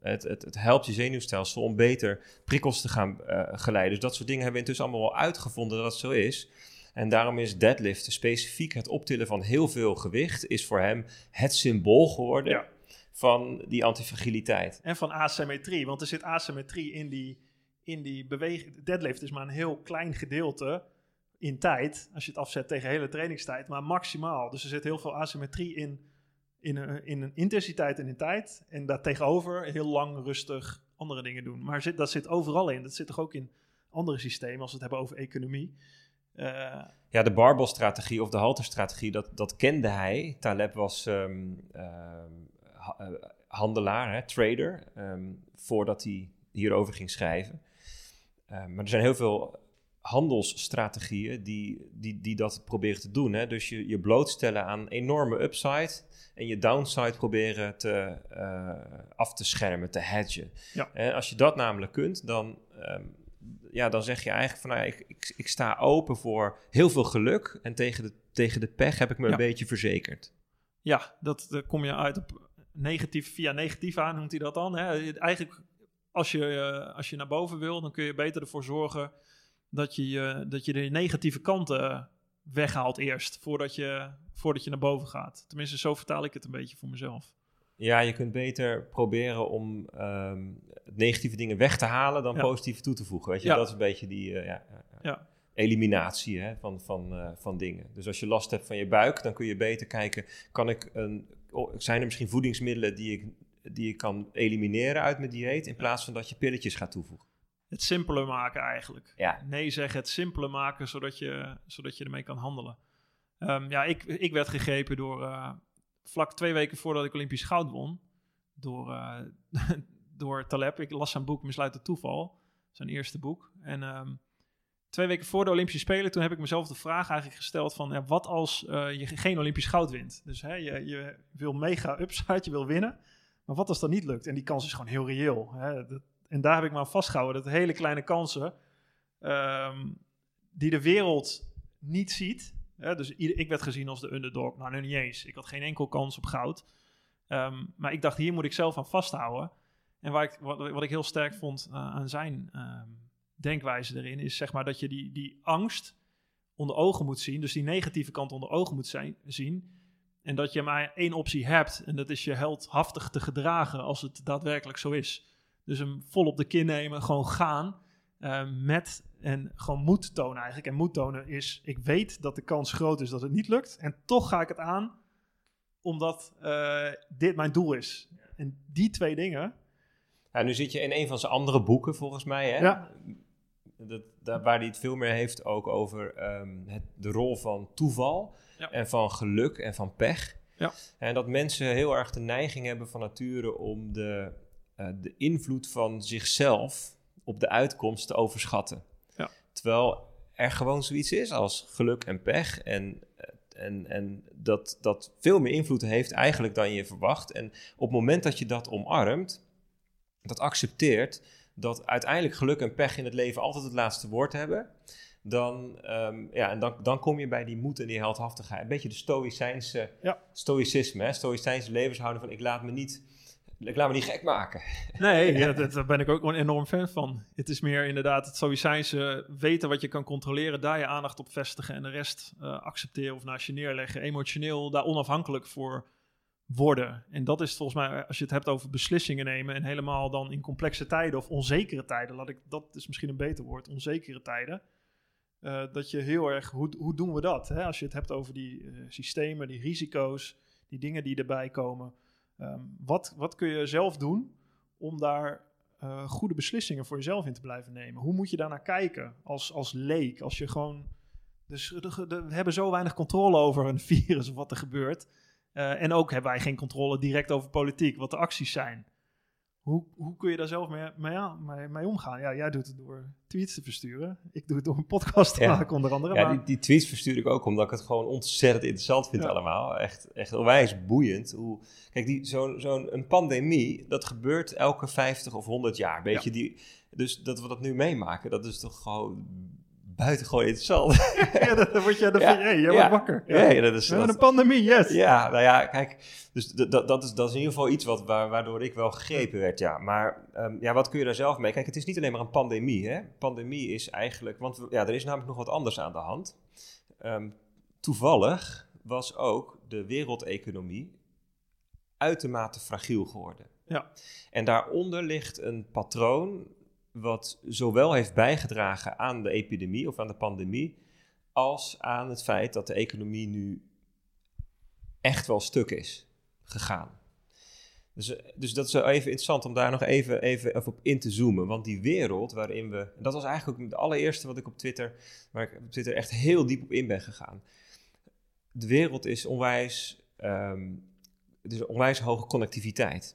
Het, het, het helpt je zenuwstelsel om beter prikkels te gaan uh, geleiden. Dus dat soort dingen hebben we intussen allemaal wel uitgevonden dat het zo is. En daarom is deadliften, specifiek het optillen van heel veel gewicht, is voor hem het symbool geworden ja. van die antifragiliteit. En van asymmetrie, want er zit asymmetrie in die, in die beweging. Deadlift is maar een heel klein gedeelte in tijd, als je het afzet tegen hele trainingstijd, maar maximaal. Dus er zit heel veel asymmetrie in, in, een, in een intensiteit en in tijd. En daartegenover heel lang, rustig andere dingen doen. Maar zit, dat zit overal in. Dat zit toch ook in andere systemen, als we het hebben over economie. Uh, ja, de barbell-strategie of de halterstrategie, dat, dat kende hij. Taleb was um, uh, ha, uh, handelaar, hè, trader, um, voordat hij hierover ging schrijven. Uh, maar er zijn heel veel handelsstrategieën die, die, die dat proberen te doen. Hè? Dus je, je blootstellen aan enorme upside en je downside proberen te, uh, af te schermen, te hedgen. Ja. En als je dat namelijk kunt, dan... Um, Ja, dan zeg je eigenlijk van, nou, ik, ik, ik sta open voor heel veel geluk en tegen de, tegen de pech heb ik me ja. een beetje verzekerd. Ja, dat, daar kom je uit op negatief, via negatief aan, noemt hij dat dan. Hè? Eigenlijk, als je, uh, als je naar boven wil, dan kun je beter ervoor zorgen dat je, uh, dat je de negatieve kanten weghaalt eerst, voordat je, voordat je naar boven gaat. Tenminste, zo vertaal ik het een beetje voor mezelf. Ja, je kunt beter proberen om um, negatieve dingen weg te halen dan ja. positieve toe te voegen. Weet je, ja. dat is een beetje die uh, ja, uh, ja. eliminatie hè, van, van, uh, van dingen. Dus als je last hebt van je buik, dan kun je beter kijken, kan ik een, oh, zijn er misschien voedingsmiddelen die ik, die ik kan elimineren uit mijn dieet, in plaats van dat je pilletjes gaat toevoegen. Het simpeler maken eigenlijk. Ja. Nee zeggen, het simpeler maken, zodat je, zodat je ermee kan handelen. Um, ja, ik, ik werd gegrepen door... Uh, vlak twee weken voordat ik Olympisch goud won, door, uh, door Taleb. Ik las zijn boek Misluid het toeval, zijn eerste boek. En um, twee weken voor de Olympische Spelen, toen heb ik mezelf de vraag eigenlijk gesteld van, ja, wat als uh, je geen Olympisch goud wint? Dus hè, je, je wil mega upside, je wil winnen, maar wat als dat niet lukt? En die kans is gewoon heel reëel. Hè? Dat, en daar heb ik me aan vastgehouden, dat hele kleine kansen, um, die de wereld niet ziet. Ja, dus ik werd gezien als de underdog. Nou, nu niet eens. Ik had geen enkel kans op goud. Um, maar ik dacht, hier moet ik zelf aan vasthouden. En waar ik, wat, wat ik heel sterk vond uh, aan zijn um, denkwijze erin... is zeg maar dat je die, die angst onder ogen moet zien. Dus die negatieve kant onder ogen moet zijn, zien. En dat je maar één optie hebt. En dat is je heldhaftig te gedragen als het daadwerkelijk zo is. Dus hem vol op de kin nemen, gewoon gaan... Uh, met en gewoon moed tonen eigenlijk. En moed tonen is, ik weet dat de kans groot is dat het niet lukt. En toch ga ik het aan, omdat uh, dit mijn doel is. En die twee dingen... Ja, nu zit je in een van zijn andere boeken, volgens mij. Hè? Ja. Dat, daar, waar hij het veel meer heeft ook over um, het, de rol van toeval. Ja. En van geluk en van pech. Ja. En dat mensen heel erg de neiging hebben van nature om de, uh, de invloed van zichzelf... op de uitkomst te overschatten. Ja. Terwijl er gewoon zoiets is als geluk en pech... en, en, en dat, dat veel meer invloed heeft eigenlijk dan je verwacht. En op het moment dat je dat omarmt, dat accepteert... dat uiteindelijk geluk en pech in het leven altijd het laatste woord hebben... dan, um, ja, en dan, dan kom je bij die moed en die heldhaftigheid. Een beetje de stoïcijnse ja. stoïcisme, hè? Stoïcijnse levenshouding van ik laat me niet... Ik laat me niet gek maken. Nee, ja, dat, daar ben ik ook een enorm fan van. Het is meer inderdaad het stoïcijnse weten wat je kan controleren, daar je aandacht op vestigen en de rest uh, accepteren of naast je neerleggen. Emotioneel daar onafhankelijk voor worden. En dat is volgens mij, als je het hebt over beslissingen nemen en helemaal dan in complexe tijden of onzekere tijden, laat ik, dat is misschien een beter woord, onzekere tijden. Uh, dat je heel erg, hoe, hoe doen we dat? Hè? Als je het hebt over die uh, systemen, die risico's, die dingen die erbij komen. Um, wat, wat kun je zelf doen om daar uh, goede beslissingen voor jezelf in te blijven nemen? Hoe moet je daar naar kijken als, als leek? Als je gewoon... Dus de, de, we hebben zo weinig controle over een virus of wat er gebeurt. Uh, en ook hebben wij geen controle direct over politiek, wat de acties zijn. Hoe, hoe kun je daar zelf mee, mee, ja, mee, mee omgaan? Ja, jij doet het door tweets te versturen. Ik doe het door een podcast te ja. maken, onder andere. Ja, maar... die, die tweets verstuur ik ook omdat ik het gewoon ontzettend interessant vind ja. allemaal. Echt, echt onwijs boeiend. Hoe, kijk, die, zo'n, zo'n een pandemie, dat gebeurt elke vijftig of honderd jaar. Weet ja. je, die, dus dat we dat nu meemaken, dat is toch gewoon buitengewoon interessant. Ja, dan word je de Ja, hey, jij ja. wordt wakker. Ja. Ja, ja, dat is, We hebben dat- een pandemie, yes. Ja, nou ja, kijk, dus d- d- dat, is, dat is in ieder geval iets wat, wa- waardoor ik wel gegrepen werd, ja. Maar um, ja, wat kun je daar zelf mee? Kijk, het is niet alleen maar een pandemie, hè. Pandemie is eigenlijk, want we, ja, er is namelijk nog wat anders aan de hand. Um, toevallig was ook de wereldeconomie uitermate fragiel geworden. Ja. En daaronder ligt een patroon wat zowel heeft bijgedragen aan de epidemie of aan de pandemie, als aan het feit dat de economie nu echt wel stuk is gegaan. Dus, dus dat is wel even interessant om daar nog even, even, even op in te zoomen. Want die wereld waarin we... En dat was eigenlijk ook het allereerste wat ik op Twitter... waar ik op Twitter echt heel diep op in ben gegaan. De wereld is onwijs... Um, het is een onwijs hoge connectiviteit.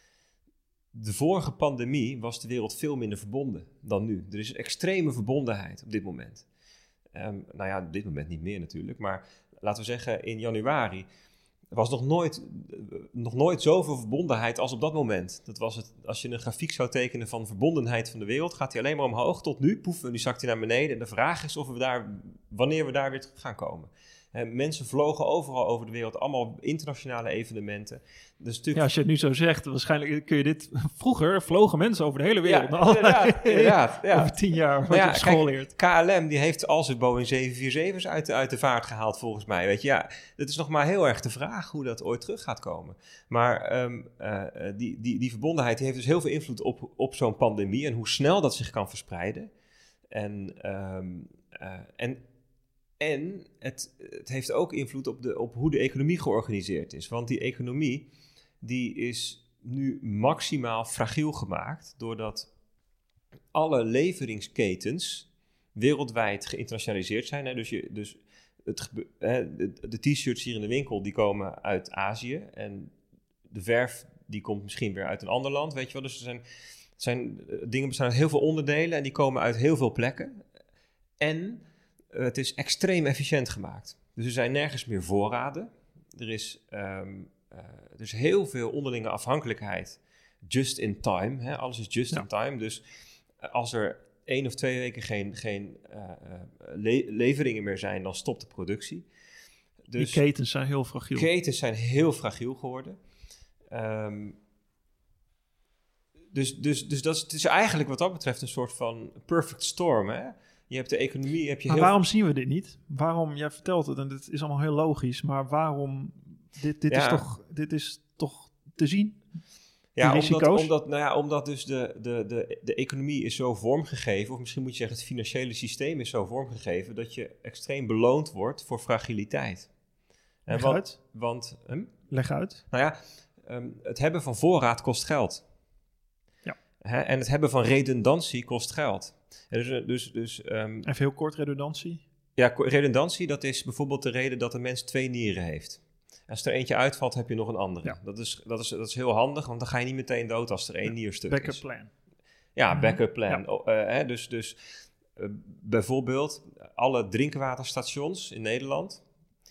De vorige pandemie was de wereld veel minder verbonden dan nu. Er is een extreme verbondenheid op dit moment. Um, nou ja, op dit moment niet meer natuurlijk. Maar laten we zeggen, in januari... Er was nog nooit, nog nooit zoveel verbondenheid als op dat moment. Dat was het, als je een grafiek zou tekenen van verbondenheid van de wereld, gaat hij alleen maar omhoog tot nu. Poef, en nu zakt hij naar beneden. En de vraag is of we daar, wanneer we daar weer gaan komen. En mensen vlogen overal over de wereld, allemaal internationale evenementen. Dus natuurlijk... Ja, als je het nu zo zegt, waarschijnlijk kun je dit... Vroeger vlogen mensen over de hele wereld. Ja, Nou, inderdaad, inderdaad, ja. Over tien jaar, wat ja, je op school leert. K L M die heeft al zijn Boeing zeven vier zeven's uit de, uit de vaart gehaald, volgens mij. Weet je, ja, het is nog maar heel erg de vraag hoe dat ooit terug gaat komen. Maar um, uh, die, die, die verbondenheid die heeft dus heel veel invloed op, op zo'n pandemie en hoe snel dat zich kan verspreiden. En, um, uh, en, en het, het heeft ook invloed op, de, op hoe de economie georganiseerd is. Want die economie die is nu maximaal fragiel gemaakt doordat alle leveringsketens wereldwijd geïnternationaliseerd zijn. Hè? Dus, je, dus het, hè, de, de t-shirts hier in de winkel die komen uit Azië en de verf die komt misschien weer uit een ander land, weet je wel. Dus er zijn, zijn dingen bestaan uit heel veel onderdelen en die komen uit heel veel plekken. En uh, het is extreem efficiënt gemaakt. Dus er zijn nergens meer voorraden. Er is, um, uh, er is heel veel onderlinge afhankelijkheid. Just in time, hè? Alles is just Ja. in time. Dus uh, als er één of twee weken geen, geen uh, uh, le- leveringen meer zijn, dan stopt de productie. Dus Die ketens zijn heel fragiel. ketens zijn heel fragiel geworden. Um, dus dus, dus dat is, het is eigenlijk wat dat betreft een soort van perfect storm. Hè? Je hebt de economie, heb je Maar heel waarom zien we dit niet? Waarom, jij vertelt het en dit is allemaal heel logisch, maar waarom, dit, dit, Ja. is, toch, dit is toch te zien? Ja, die omdat, risico's? omdat, nou ja, omdat dus de, de, de, de economie is zo vormgegeven, of misschien moet je zeggen het financiële systeem is zo vormgegeven, dat je extreem beloond wordt voor fragiliteit. En Leg want, uit. Want, hm? Leg uit. nou ja, um, het hebben van voorraad kost geld. Ja. Hè? En het hebben van redundantie kost geld. En dus, dus, dus, um, Even heel kort redundantie. ja, ko- redundantie, dat is bijvoorbeeld de reden dat een mens twee nieren heeft. Als er eentje uitvalt, heb je nog een andere. Ja. Dat, is, dat, is, dat is heel handig, want dan ga je niet meteen dood als er één Ja. nierstuk Backup is. plan. Ja, Mhm. backup plan. Ja. Oh, uh, hè, dus dus uh, bijvoorbeeld alle drinkwaterstations in Nederland,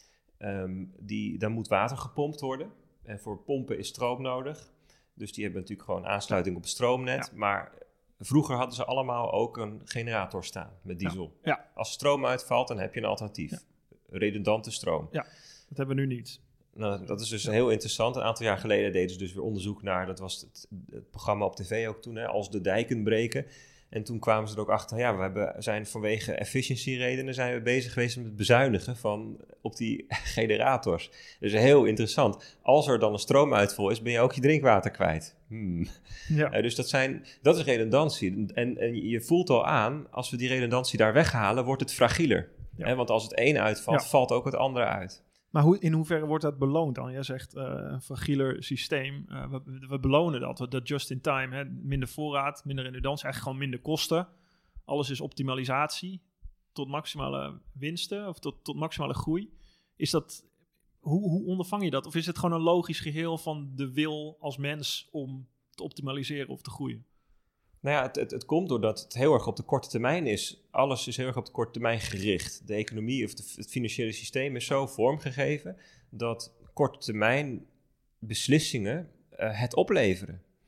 um, die, daar moet water gepompt worden. En voor pompen is stroom nodig. Dus die hebben natuurlijk gewoon aansluiting op het stroomnet. Ja. Maar vroeger hadden ze allemaal ook een generator staan met diesel. Ja. Ja. Als stroom uitvalt, dan heb je een alternatief. Ja. Redundante stroom. Dat hebben we nu niet. Nou, dat is dus heel interessant. Een aantal jaar geleden deden ze dus weer onderzoek naar, dat was het, het programma op tv ook toen, hè, als de dijken breken. En toen kwamen ze er ook achter, ja, we hebben, zijn vanwege efficiency redenen zijn we bezig geweest met het bezuinigen van, op die generators. Dus heel interessant. Als er dan een stroomuitval is, ben je ook je drinkwater kwijt. Hmm. Ja. Uh, dus dat, zijn, dat is redundantie. En, en je voelt al aan, als we die redundantie daar weghalen, wordt het fragieler. Ja. Hè, want als het ene uitvalt, Ja. valt ook het andere uit. Maar hoe, in hoeverre wordt dat beloond dan? Jij zegt uh, een fragieler systeem. Uh, we, we belonen dat. Dat just in time. Hè? Minder voorraad, minder redundantie. Eigenlijk gewoon minder kosten. Alles is optimalisatie. Tot maximale winsten. Of tot, tot maximale groei. Is dat... Hoe, hoe ondervang je dat? Of is het gewoon een logisch geheel van de wil als mens om te optimaliseren of te groeien? Nou ja, het, het, het komt doordat het heel erg op de korte termijn is. Alles is heel erg op de korte termijn gericht. De economie of de, het financiële systeem is zo vormgegeven dat korte termijn beslissingen uh, het opleveren.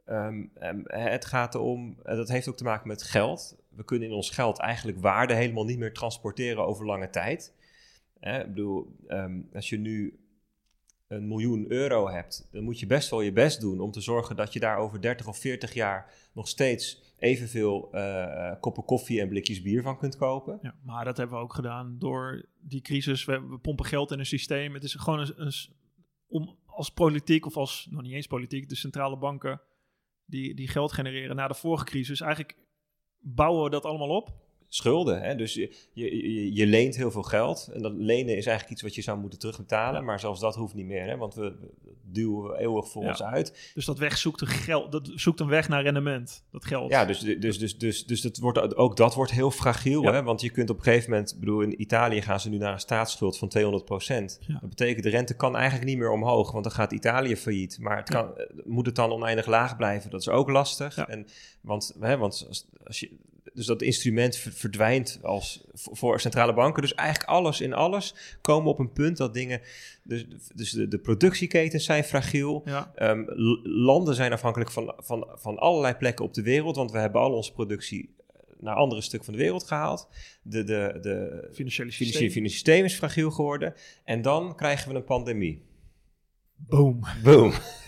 Um, um, het gaat om, uh, dat heeft ook te maken met geld. We kunnen in ons geld eigenlijk waarde helemaal niet meer transporteren over lange tijd. Eh, ik bedoel, um, als je nu een miljoen euro hebt, dan moet je best wel je best doen om te zorgen dat je daar over dertig of veertig jaar nog steeds evenveel uh, koppen koffie en blikjes bier van kunt kopen. Ja, maar dat hebben we ook gedaan door die crisis. We, we pompen geld in een systeem. Het is gewoon een, een, om als politiek of als, nog niet eens politiek, de centrale banken die, die geld genereren na de vorige crisis. Eigenlijk bouwen we dat allemaal op. Schulden, hè? Dus je, je, je leent heel veel geld. En dat lenen is eigenlijk iets wat je zou moeten terugbetalen. Ja. Maar zelfs dat hoeft niet meer, hè? Want we duwen eeuwig voor ja. ons uit. Dus dat weg zoekt een, geld, dat zoekt een weg naar rendement, dat geld. Ja, dus, dus, dus, dus, dus dat wordt, ook dat wordt heel fragiel. Ja. Hè? Want je kunt op een gegeven moment, bedoel, in Italië gaan ze nu naar een staatsschuld van tweehonderd procent. Ja. Dat betekent de rente kan eigenlijk niet meer omhoog, want dan gaat Italië failliet. Maar het kan, ja. moet het dan oneindig laag blijven? Dat is ook lastig. Ja. En, want, hè, want als, als je... Dus dat instrument verdwijnt als voor centrale banken. Dus eigenlijk alles in alles komen op een punt dat dingen... Dus, dus de, de productieketens zijn fragiel. Ja. Um, landen zijn afhankelijk van, van, van allerlei plekken op de wereld. Want we hebben al onze productie naar andere stukken van de wereld gehaald. De, de, de financiële systeem. financiële systeem is fragiel geworden. En dan krijgen we een pandemie. Boom. Boom.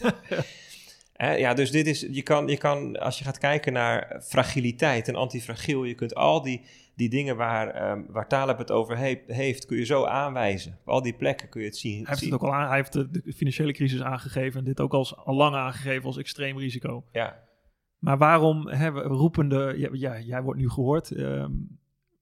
Eh, ja, dus dit is, je kan, je kan, als je gaat kijken naar fragiliteit en antifragiel, je kunt al die, die dingen waar, um, waar Taleb het over he- heeft, kun je zo aanwijzen. Op al die plekken kun je het zien. Hij heeft zien. het ook al aan, hij heeft de, de financiële crisis aangegeven en dit ook als, al lang aangegeven als extreem risico. Ja. Maar waarom hebben we roepende, ja, ja, jij wordt nu gehoord, um,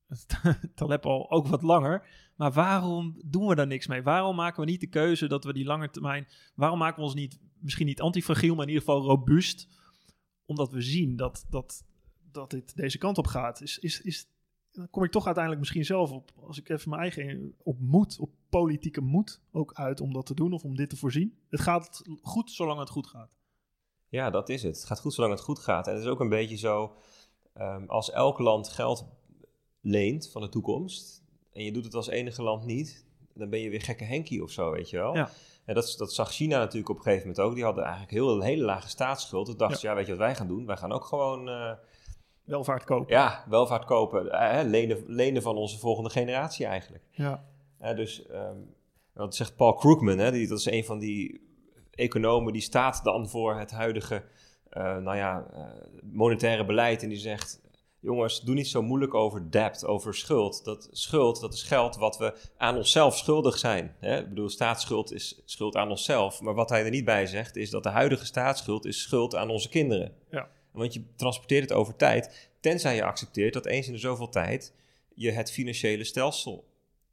Taleb al ook wat langer, maar waarom doen we daar niks mee? Waarom maken we niet de keuze dat we die lange termijn, waarom maken we ons niet, misschien niet antifragiel, maar in ieder geval robuust, omdat we zien dat, dat, dat dit deze kant op gaat. Is, is, is, dan kom ik toch uiteindelijk misschien zelf op, als ik even mijn eigen, op moed, op politieke moed ook uit om dat te doen of om dit te voorzien. Het gaat goed zolang het goed gaat. Ja, dat is het. Het gaat goed zolang het goed gaat. En het is ook een beetje zo, um, als elk land geld leent van de toekomst en je doet het als enige land niet, dan ben je weer gekke Henkie of zo, weet je wel. Ja. En dat, dat zag China natuurlijk op een gegeven moment ook. Die hadden eigenlijk heel, een hele lage staatsschuld. Toen dachten ze, ja. ja, weet je wat wij gaan doen? Wij gaan ook gewoon... Uh, welvaart kopen. Ja, welvaart kopen. Uh, lenen, lenen van onze volgende generatie eigenlijk. Ja. Uh, dus, um, wat zegt Paul Krugman, hè, die, dat is een van die economen, die staat dan voor het huidige uh, nou ja, uh, monetaire beleid. En die zegt, jongens, doe niet zo moeilijk over debt, over schuld. Dat schuld, dat is geld wat we aan onszelf schuldig zijn. Hè? Ik bedoel, staatsschuld is schuld aan onszelf. Maar wat hij er niet bij zegt, is dat de huidige staatsschuld is schuld aan onze kinderen. Ja. Want je transporteert het over tijd, tenzij je accepteert dat eens in de zoveel tijd je het financiële stelsel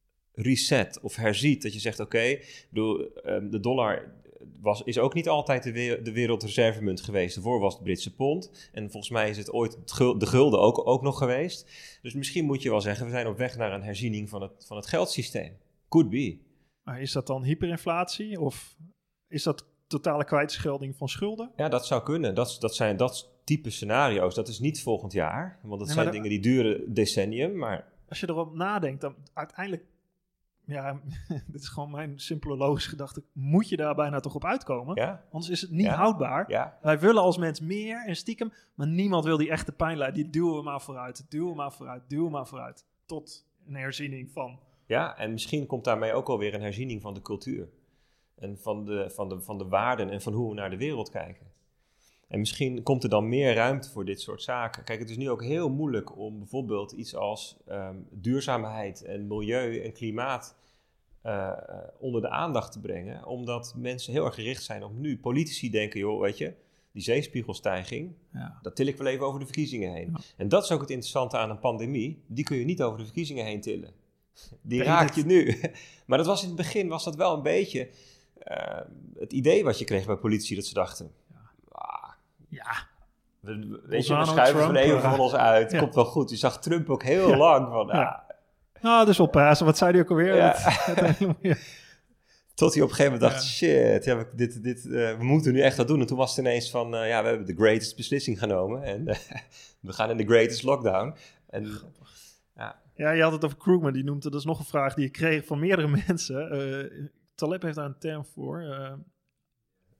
reset of herziet. Dat je zegt, oké, okay, ik bedoel, de dollar was, is ook niet altijd de, we- de wereldreservemunt geweest. Daarvoor was het Britse pond. En volgens mij is het ooit het gul- de gulden ook, ook nog geweest. Dus misschien moet je wel zeggen, we zijn op weg naar een herziening van het, van het geldsysteem. Could be. Maar is dat dan hyperinflatie of is dat totale kwijtschelding van schulden? Ja, dat zou kunnen. Dat, dat zijn dat type scenario's. Dat is niet volgend jaar. Want dat nee, zijn dat, dingen die duren decennium. Maar als je erop nadenkt, dan uiteindelijk... Ja, dit is gewoon mijn simpele logische gedachte. Moet je daar bijna toch op uitkomen? Ja. Anders is het niet Ja. houdbaar. Ja. Wij willen als mens meer en stiekem, maar niemand wil die echte pijn leiden. Die duwen we maar vooruit, duwen we maar vooruit, duwen we maar vooruit. Tot een herziening van... Ja, en misschien komt daarmee ook alweer een herziening van de cultuur. En van de, van, de, van de waarden en van hoe we naar de wereld kijken. En misschien komt er dan meer ruimte voor dit soort zaken. Kijk, het is nu ook heel moeilijk om bijvoorbeeld iets als um, duurzaamheid en milieu en klimaat uh, uh, onder de aandacht te brengen. Omdat mensen heel erg gericht zijn op nu. Politici denken, joh, weet je, die zeespiegelstijging, Ja. dat til ik wel even over de verkiezingen heen. Ja. En dat is ook het interessante aan een pandemie. Die kun je niet over de verkiezingen heen tillen. Die Nee, raakt dat- je nu. Maar dat was in het begin was dat wel een beetje uh, het idee wat je kreeg bij politici. Dat ze dachten, ah, Ja, we, we- weet je, we Bolsonaro, schuiven Trump, van even uh, van ons uit. ja. Komt wel goed. Je zag Trump ook heel Ja. lang van, Ja. ah, nou, dat is wel passen. Wat zei hij ook alweer? Ja. Dat- ja. tot hij op een gegeven moment dacht, Ja. shit, ja, we, dit, dit, uh, we moeten nu echt wat doen. En toen was het ineens van, uh, ja, we hebben de greatest beslissing genomen. En uh, we gaan in de greatest lockdown. En, ja. Ja, je had het over Krugman, die noemde, dat is nog een vraag die ik kreeg van meerdere mensen. Uh, Taleb heeft daar een term voor. Uh,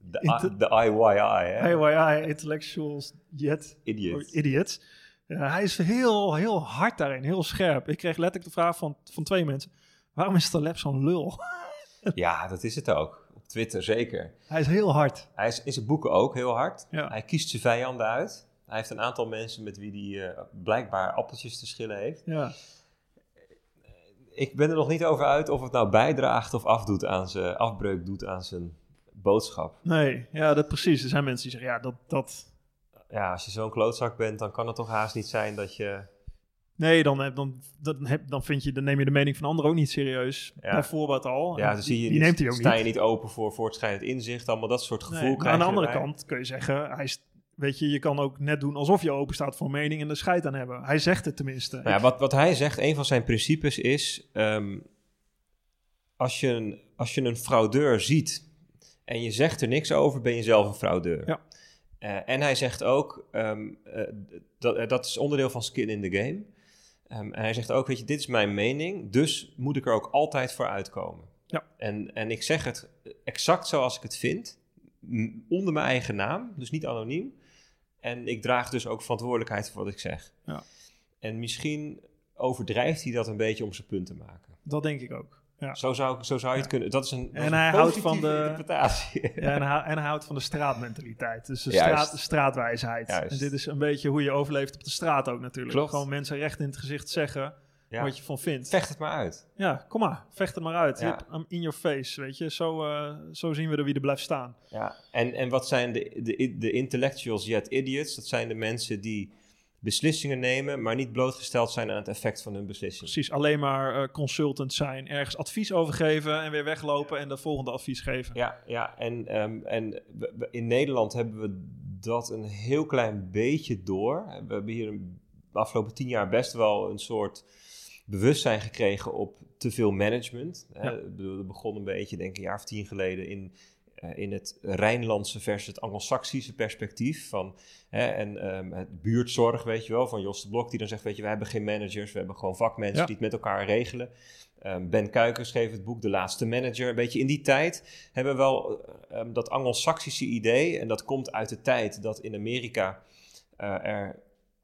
De Inter- de I Y I, hè? I Y I, intellectuals yet Idiot. idiots. Ja, hij is heel, heel hard daarin, heel scherp. Ik kreeg letterlijk de vraag van, van twee mensen. Waarom is Taleb zo'n lul? Ja, dat is het ook. Op Twitter zeker. Hij is heel hard. Hij is in zijn boeken ook heel hard. Ja. Hij kiest zijn vijanden uit. Hij heeft een aantal mensen met wie hij uh, blijkbaar appeltjes te schillen heeft. Ja. Ik ben er nog niet over uit of het nou bijdraagt of afdoet aan zijn, afbreuk doet aan zijn boodschap. Nee, ja, dat precies. Er zijn mensen die zeggen, ja, dat... dat... Ja, als je zo'n klootzak bent, dan kan het toch haast niet zijn dat je... Nee, dan, heb, dan, dan, heb, dan, vind je, dan neem je de mening van anderen ook niet serieus. Ja. Bijvoorbeeld al. Ja, dan zie je die, niet, die neemt hij ook sta niet. je niet open voor voortschrijdend inzicht, allemaal dat soort gevoel Nee, maar krijg aan de je andere erbij. kant kun je zeggen, hij is, weet je, je kan ook net doen alsof je open staat voor een mening en er scheid aan hebben. Hij zegt het tenminste. Nou ja, wat, wat hij zegt, een van zijn principes is, um, als, je een, als je een fraudeur ziet en je zegt er niks over, ben je zelf een fraudeur. Ja. Uh, en hij zegt ook, um, uh, dat, uh, dat is onderdeel van skin in the game. Um, en hij zegt ook, weet je, dit is mijn mening, dus moet ik er ook altijd voor uitkomen. Ja. En, en ik zeg het exact zoals ik het vind, m- onder mijn eigen naam, dus niet anoniem. En ik draag dus ook verantwoordelijkheid voor wat ik zeg. Ja. En misschien overdrijft hij dat een beetje om zijn punt te maken. Dat denk ik ook. Ja. Zo, zou, zo zou je het Ja. kunnen. Dat is een, dat En is een hij houdt positieve van de- interpretatie. Ja, en, hij, en hij houdt van de straatmentaliteit. Dus de Juist. straat, straatwijsheid. Juist. En dit is een beetje hoe je overleeft op de straat ook natuurlijk. Klopt. Gewoon mensen recht in het gezicht zeggen Ja. wat je van vindt. Vecht het maar uit. Ja, kom maar. Vecht het maar uit. Ja. Je hebt hem in your face, weet je. Zo, uh, zo zien we er wie er blijft staan. Ja. En, en wat zijn de, de, de intellectuals yet idiots? Dat zijn de mensen die beslissingen nemen, maar niet blootgesteld zijn aan het effect van hun beslissingen. Precies, alleen maar uh, consultant zijn. Ergens advies over geven en weer weglopen en de volgende advies geven. Ja, ja. En, um, en we, we, in Nederland hebben we dat een heel klein beetje door. We hebben hier de afgelopen tien jaar best wel een soort bewustzijn gekregen op te veel management. Ja. Hè. Ik bedoel, dat begon een beetje, denk ik, een jaar of tien geleden in, uh, in het Rijnlandse versus het Anglo-Saxische perspectief van hè, en um, het buurtzorg, weet je wel, van Jos de Blok, die dan zegt, weet je, we hebben geen managers, we hebben gewoon vakmensen Ja. die het met elkaar regelen. Um, Ben Kuijken schreef het boek De Laatste Manager. Een beetje in die tijd hebben we wel um, dat Anglo-Saxische idee, en dat komt uit de tijd dat in Amerika uh, er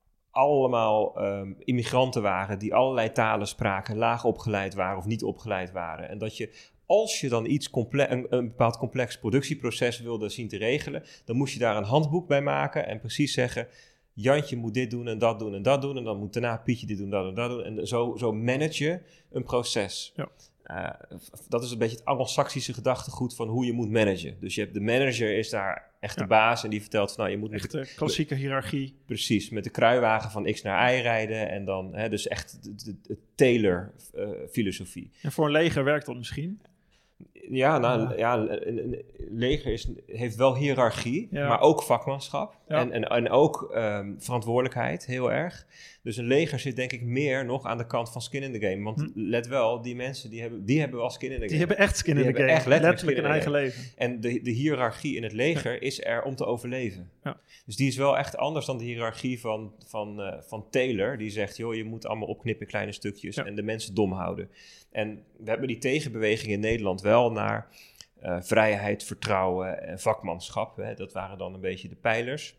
allemaal um, immigranten waren die allerlei talen spraken, laag opgeleid waren of niet opgeleid waren. En dat je, als je dan iets comple- een, een bepaald complex productieproces wilde zien te regelen, dan moest je daar een handboek bij maken en precies zeggen, Jantje moet dit doen en dat doen en dat doen, en dan moet daarna Pietje dit doen, dat en dat doen. En zo, zo manage je een proces. Ja. Uh, dat is een beetje het Anglo-Saxische gedachtegoed van hoe je moet managen. Dus je hebt de manager is daar echt de Ja. baas en die vertelt van, nou, je moet met Echt de, de klassieke hiërarchie. precies, met de kruiwagen van X naar Y rijden en dan, hè, dus echt de, de, de Taylor-filosofie. En voor een leger werkt dat misschien. Ja, nou, Ja. ja, een, een leger is, heeft wel hiërarchie, Ja. maar ook vakmanschap Ja. en, en, en ook um, verantwoordelijkheid, heel erg. Dus een leger zit denk ik meer nog aan de kant van skin in the game. Want Hm. let wel, die mensen die hebben, die hebben wel skin in the game. Die hebben echt skin Die in the hebben game. echt letterlijk letterlijk skin een in the eigen leven. En de, de hiërarchie in het leger is er om te overleven. Ja. Dus die is wel echt anders dan de hiërarchie van, van, uh, van Taylor. Die zegt, joh, je moet allemaal opknippen in kleine stukjes Ja. en de mensen dom houden. En we hebben die tegenbeweging in Nederland wel naar uh, vrijheid, vertrouwen en vakmanschap. Hè. Dat waren dan een beetje de pijlers.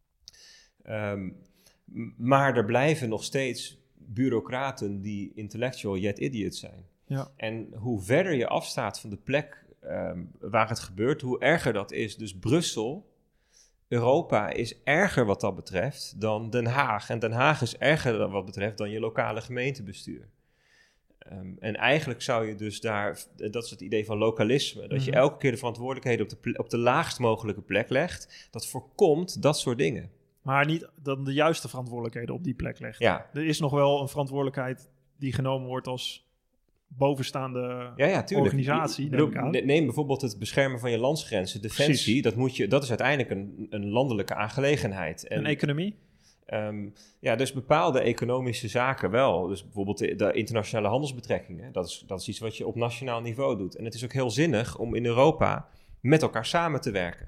Um, m- maar er blijven nog steeds bureaucraten die intellectual yet idiots zijn. Ja. En hoe verder je afstaat van de plek um, waar het gebeurt, hoe erger dat is. Dus Brussel, Europa is erger wat dat betreft dan Den Haag. En Den Haag is erger dan wat betreft dan je lokale gemeentebestuur. Um, en eigenlijk zou je dus daar, dat is het idee van lokalisme, dat je Mhm. elke keer de verantwoordelijkheden op de, ple- op de laagst mogelijke plek legt. Dat voorkomt dat soort dingen. Maar niet dan de juiste verantwoordelijkheden op die plek legt. Ja, Er is nog wel een verantwoordelijkheid die genomen wordt als bovenstaande ja, ja, tuurlijk. organisatie, Ik neem bedoel, ik aan. ne- Neem bijvoorbeeld het beschermen van je landsgrenzen, defensie. Precies. Dat, moet je, dat is uiteindelijk een, een landelijke aangelegenheid. En economie? Um, ja, dus bepaalde economische zaken wel. Dus bijvoorbeeld de, de internationale handelsbetrekkingen. Dat is, dat is iets wat je op nationaal niveau doet. En het is ook heel zinnig om in Europa met elkaar samen te werken. Ja.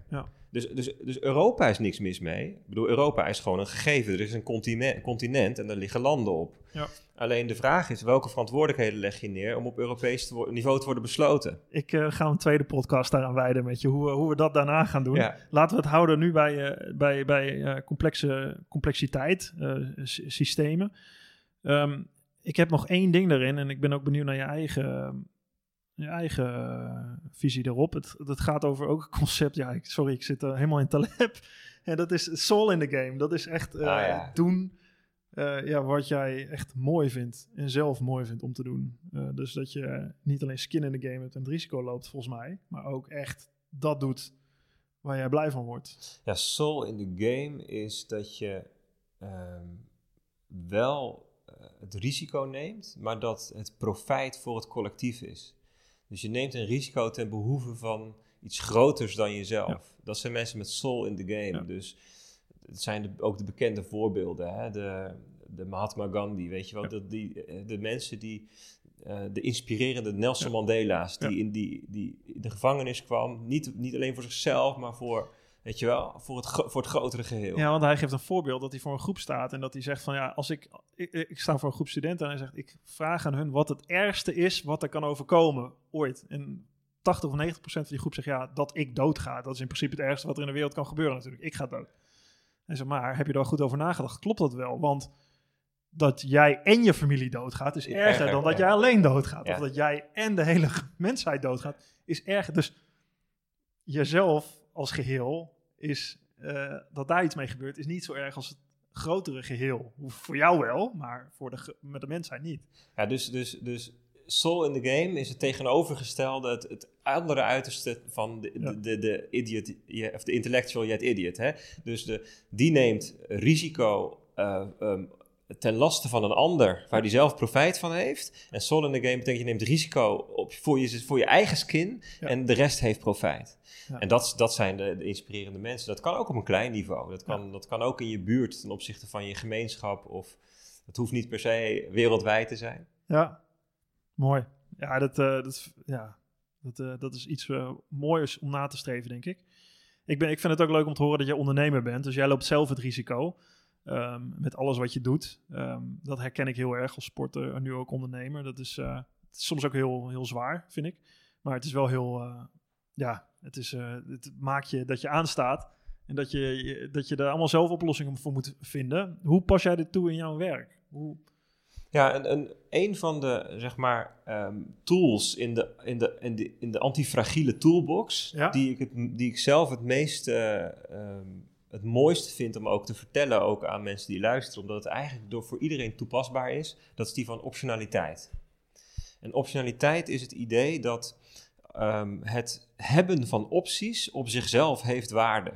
Dus, dus, dus Europa is niks mis mee. Ik bedoel, Europa is gewoon een gegeven. Er is een continent, continent en daar liggen landen op. Ja. Alleen de vraag is, welke verantwoordelijkheden leg je neer om op Europees te wo- niveau te worden besloten? Ik uh, ga een tweede podcast daaraan wijden met je, hoe, hoe we dat daarna gaan doen. Ja. Laten we het houden nu bij, uh, bij, bij uh, complexe complexiteit, uh, s- systemen. Um, ik heb nog één ding daarin en ik ben ook benieuwd naar je eigen, je eigen uh, visie erop. Het, het gaat over ook een concept, ja, ik, sorry, ik zit uh, helemaal in Taleb. En dat is soul in the game. Dat is echt uh, ah, ja. doen... Uh, ja, wat jij echt mooi vindt en zelf mooi vindt om te doen. Uh, dus dat je niet alleen skin in the game hebt en het risico loopt volgens mij, maar ook echt dat doet waar jij blij van wordt. Ja, soul in the game is dat je um, wel uh, het risico neemt, maar dat het profijt voor het collectief is. Dus je neemt een risico ten behoeve van iets groters dan jezelf. Ja. Dat zijn mensen met soul in the game. Ja. Dus het zijn de, ook de bekende voorbeelden. Hè? De, de Mahatma Gandhi, weet je wel. Ja. De, die, de mensen die... Uh, de inspirerende Nelson ja. Mandela's... die, ja. in die, die in de gevangenis kwam. Niet, niet alleen voor zichzelf, maar voor... Weet je wel, voor het, voor het grotere geheel. Ja, want hij geeft een voorbeeld dat hij voor een groep staat... en dat hij zegt van ja, als ik... Ik, ik sta voor een groep studenten en hij zegt... ik vraag aan hun wat het ergste is wat er kan overkomen ooit. En tachtig of negentig procent van die groep zegt ja, dat ik doodga. Dat is in principe het ergste wat er in de wereld kan gebeuren natuurlijk. Ik ga dood. En zeg maar, heb je daar goed over nagedacht? Klopt dat wel? Want dat jij en je familie doodgaat is erger, erger dan dat ja. jij alleen doodgaat. Ja. Of dat jij en de hele mensheid doodgaat is erger. Dus jezelf als geheel is, uh, dat daar iets mee gebeurt, is niet zo erg als het grotere geheel. Voor jou wel, maar voor de, met de mensheid niet. Ja, dus, dus, dus soul in the game is het tegenovergestelde, het, het andere uiterste van de, ja. de, de, de idiot, of de intellectual yet idiot. Hè? Dus de, die neemt risico uh, um, ten laste van een ander, waar die zelf profijt van heeft. En soul in the game betekent je neemt risico op, voor, je, voor je eigen skin ja. en de rest heeft profijt. Ja. En dat, dat zijn de, de inspirerende mensen. Dat kan ook op een klein niveau. Dat kan, ja. dat kan ook in je buurt ten opzichte van je gemeenschap. Of het hoeft niet per se wereldwijd te zijn. Ja, mooi. Ja, dat, uh, dat, ja, dat, uh, dat is iets uh, moois om na te streven, denk ik. Ik, ben, ik vind het ook leuk om te horen dat jij ondernemer bent. Dus jij loopt zelf het risico um, met alles wat je doet. Um, dat herken ik heel erg als sporter en nu ook ondernemer. Dat is, uh, het is soms ook heel, heel zwaar, vind ik. Maar het is wel heel... Uh, ja, het, is, uh, het maakt je dat je aanstaat en dat je, dat je er allemaal zelf oplossingen voor moet vinden. Hoe pas jij dit toe in jouw werk? Hoe... Ja, een, een, een van de, zeg maar, um, tools in de, in de, in de, in de antifragiele toolbox, ja? die, ik het, die ik zelf het meest, uh, um, het mooiste vind om ook te vertellen, ook aan mensen die luisteren, omdat het eigenlijk door voor iedereen toepasbaar is, dat is die van optionaliteit. En optionaliteit is het idee dat um, het hebben van opties op zichzelf heeft waarde.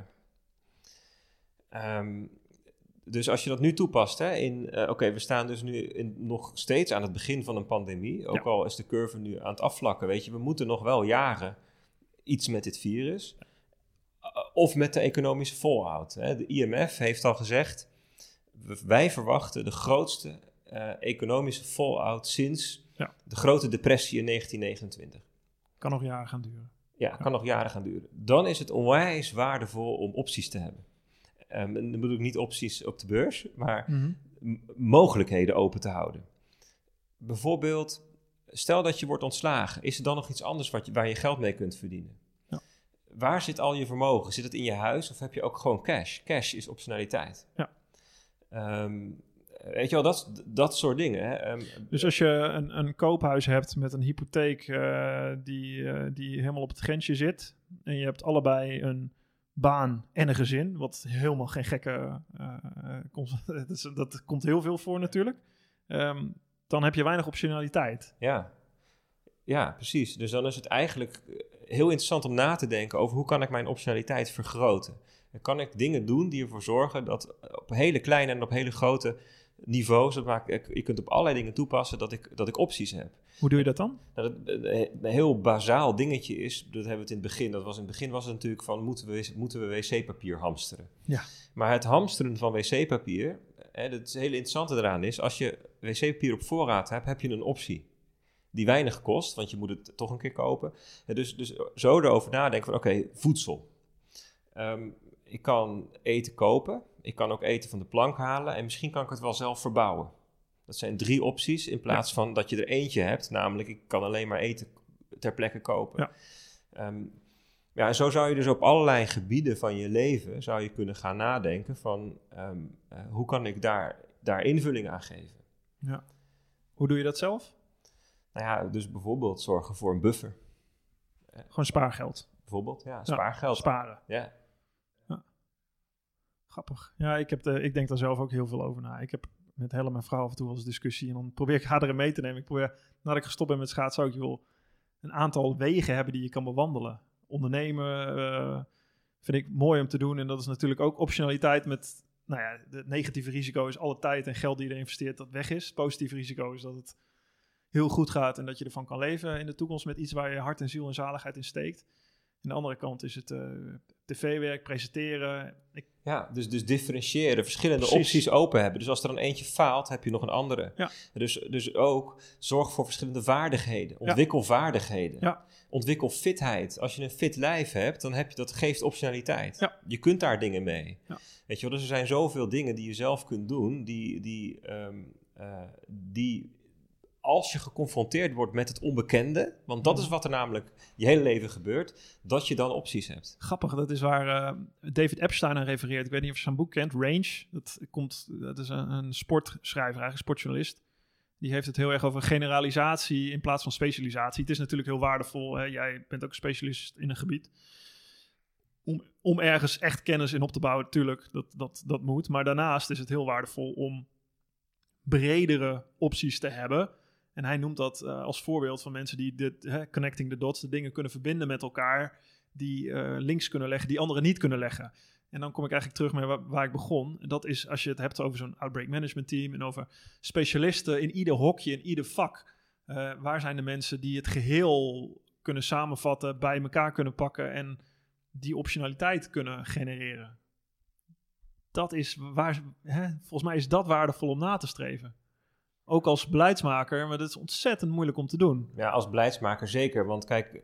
Um, Dus als je dat nu toepast, hè, in, uh, oké, okay, we staan dus nu in, nog steeds aan het begin van een pandemie. Ook ja. al is de curve nu aan het afvlakken, weet je, we moeten nog wel jaren iets met dit virus. Uh, of met de economische fallout. Hè. De I M F heeft al gezegd, wij verwachten de grootste uh, economische fallout sinds ja. de grote depressie in negentien negenentwintig. Kan nog jaren gaan duren. Ja, ja, kan nog jaren gaan duren. Dan is het onwijs waardevol om opties te hebben. Um, dan bedoel ik niet opties op de beurs, maar mm-hmm. m- mogelijkheden open te houden. Bijvoorbeeld, stel dat je wordt ontslagen. Is er dan nog iets anders wat je, waar je geld mee kunt verdienen? Ja. Waar zit al je vermogen? Zit het in je huis of heb je ook gewoon cash? Cash is optionaliteit. Ja. Um, weet je wel, dat, dat soort dingen. Hè? Um, dus als je een, een koophuis hebt met een hypotheek uh, die, uh, die helemaal op het grensje zit en je hebt allebei een baan en een gezin, wat helemaal geen gekke... Uh, komt, dat, is, dat komt heel veel voor natuurlijk. Um, dan heb je weinig optionaliteit. Ja. ja, precies. Dus dan is het eigenlijk heel interessant om na te denken over hoe kan ik mijn optionaliteit vergroten. En kan ik dingen doen die ervoor zorgen dat op hele kleine en op hele grote niveaus, dat maakt, je kunt op allerlei dingen toepassen dat ik, dat ik opties heb. Hoe doe je dat dan? Nou, dat, een heel bazaal dingetje is, dat hebben we het in het begin, dat was in het begin was het natuurlijk van, moeten we, moeten we wc-papier hamsteren? Ja. Maar het hamsteren van wc-papier, hè, het hele interessante eraan is, als je wc-papier op voorraad hebt, heb je een optie die weinig kost, want je moet het toch een keer kopen. Dus, dus zo erover nadenken van, oké, okay, voedsel. Um, ik kan eten kopen. Ik kan ook eten van de plank halen. En misschien kan ik het wel zelf verbouwen. Dat zijn drie opties in plaats ja. van dat je er eentje hebt. Namelijk, ik kan alleen maar eten ter plekke kopen. Ja. Um, ja, en zo zou je dus op allerlei gebieden van je leven... zou je kunnen gaan nadenken van... Um, uh, hoe kan ik daar, daar invulling aan geven? Ja. Hoe doe je dat zelf? Nou ja, dus bijvoorbeeld zorgen voor een buffer. Gewoon spaargeld? Bijvoorbeeld, ja, spaargeld. Ja, sparen. Ja. ja. Grappig. Ja, ik, heb de, ik denk daar zelf ook heel veel over na. Ik heb met Helle, mijn vrouw, af en toe wel eens discussie. En dan probeer ik haar erin mee te nemen. Ik probeer, nadat ik gestopt ben met schaatsen, zou ik wel een aantal wegen hebben die je kan bewandelen. Ondernemen uh, vind ik mooi om te doen. En dat is natuurlijk ook optionaliteit met... Nou ja, het negatieve risico is alle tijd en geld die je er investeert dat weg is. Het positieve risico is dat het heel goed gaat en dat je ervan kan leven in de toekomst met iets waar je hart en ziel en zaligheid in steekt. En de andere kant is het uh, tv-werk, presenteren. Ik... Ja, dus, dus differentiëren, verschillende Precies. opties open hebben. Dus als er dan eentje faalt, heb je nog een andere. Ja. Dus, dus ook zorg voor verschillende vaardigheden. Ontwikkel ja. vaardigheden. Ja. Ontwikkel fitheid. Als je een fit lijf hebt, dan heb je dat geeft optionaliteit. Ja. Je kunt daar dingen mee. Ja. Weet je wel, dus er zijn zoveel dingen die je zelf kunt doen, die, die, um, uh, die als je geconfronteerd wordt met het onbekende, want dat is wat er namelijk je hele leven gebeurt, dat je dan opties hebt. Grappig, dat is waar uh, David Epstein aan refereert. Ik weet niet of je zijn boek kent, Range. Dat, komt, dat is een, een sportschrijver, eigenlijk sportjournalist. Die heeft het heel erg over generalisatie in plaats van specialisatie. Het is natuurlijk heel waardevol. Hè? Jij bent ook een specialist in een gebied. Om, om ergens echt kennis in op te bouwen, natuurlijk, dat, dat, dat moet. Maar daarnaast is het heel waardevol om bredere opties te hebben. En hij noemt dat uh, als voorbeeld van mensen die de, hè, connecting the dots, de dingen kunnen verbinden met elkaar, die uh, links kunnen leggen, die anderen niet kunnen leggen. En dan kom ik eigenlijk terug met waar, waar ik begon. Dat is als je het hebt over zo'n outbreak management team en over specialisten in ieder hokje, in ieder vak. Uh, waar zijn de mensen die het geheel kunnen samenvatten, bij elkaar kunnen pakken en die optionaliteit kunnen genereren? Dat is waar, hè, volgens mij is dat waardevol om na te streven. Ook als beleidsmaker, maar dat is ontzettend moeilijk om te doen. Ja, als beleidsmaker zeker. Want kijk,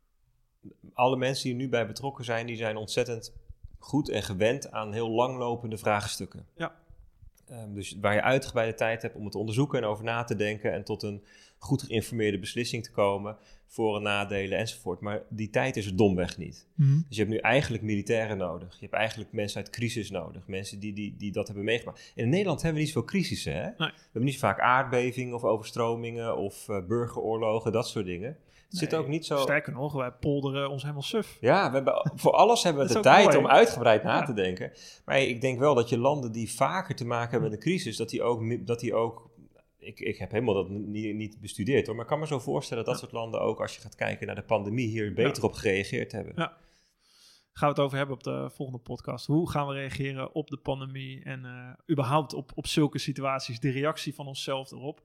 alle mensen die er nu bij betrokken zijn, die zijn ontzettend goed en gewend aan heel langlopende vraagstukken. Ja. Um, dus waar je uitgebreide tijd hebt om het te onderzoeken en over na te denken en tot een goed geïnformeerde beslissing te komen, voor- en nadelen enzovoort. Maar die tijd is er domweg niet. Mm-hmm. Dus je hebt nu eigenlijk militairen nodig. Je hebt eigenlijk mensen uit crisis nodig. Mensen die, die, die dat hebben meegemaakt. En in Nederland hebben we niet zoveel crisissen. Hè? Nee. We hebben niet zo vaak aardbevingen of overstromingen of uh, burgeroorlogen, dat soort dingen. Het nee, zit ook niet zo... Sterker nog, wij polderen ons helemaal suf. Ja, we hebben, voor alles hebben we de tijd mooi. om uitgebreid na ja. te denken. Maar ik denk wel dat je landen die vaker te maken hebben met een crisis, dat die ook... Dat die ook ik, ik heb helemaal dat niet, niet bestudeerd hoor, maar ik kan me zo voorstellen dat dat ja. soort landen ook, als je gaat kijken naar de pandemie, hier beter ja. op gereageerd hebben. Ja. Gaan we het over hebben op de volgende podcast. Hoe gaan we reageren op de pandemie en uh, überhaupt op, op zulke situaties, de reactie van onszelf erop.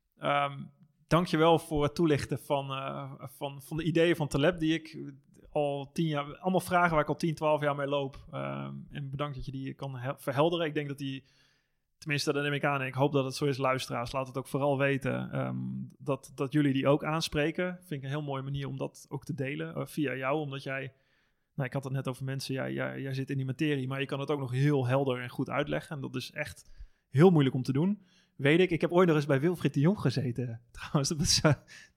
Um, Dankjewel voor het toelichten van, uh, van, van de ideeën van Taleb, die ik al tien jaar, allemaal vragen waar ik al tien, twaalf jaar mee loop. Um, en bedankt dat je die kan he- verhelderen. Ik denk dat die, tenminste dat neem ik aan en ik hoop dat het zo is, luisteraars, laat het ook vooral weten, um, dat, dat jullie die ook aanspreken. Vind ik een heel mooie manier om dat ook te delen, uh, via jou, omdat jij, nou ik had het net over mensen, jij, jij, jij zit in die materie, maar je kan het ook nog heel helder en goed uitleggen. En dat is echt heel moeilijk om te doen. Weet ik, ik heb ooit nog eens bij Wilfried de Jong gezeten, trouwens, dat is, uh,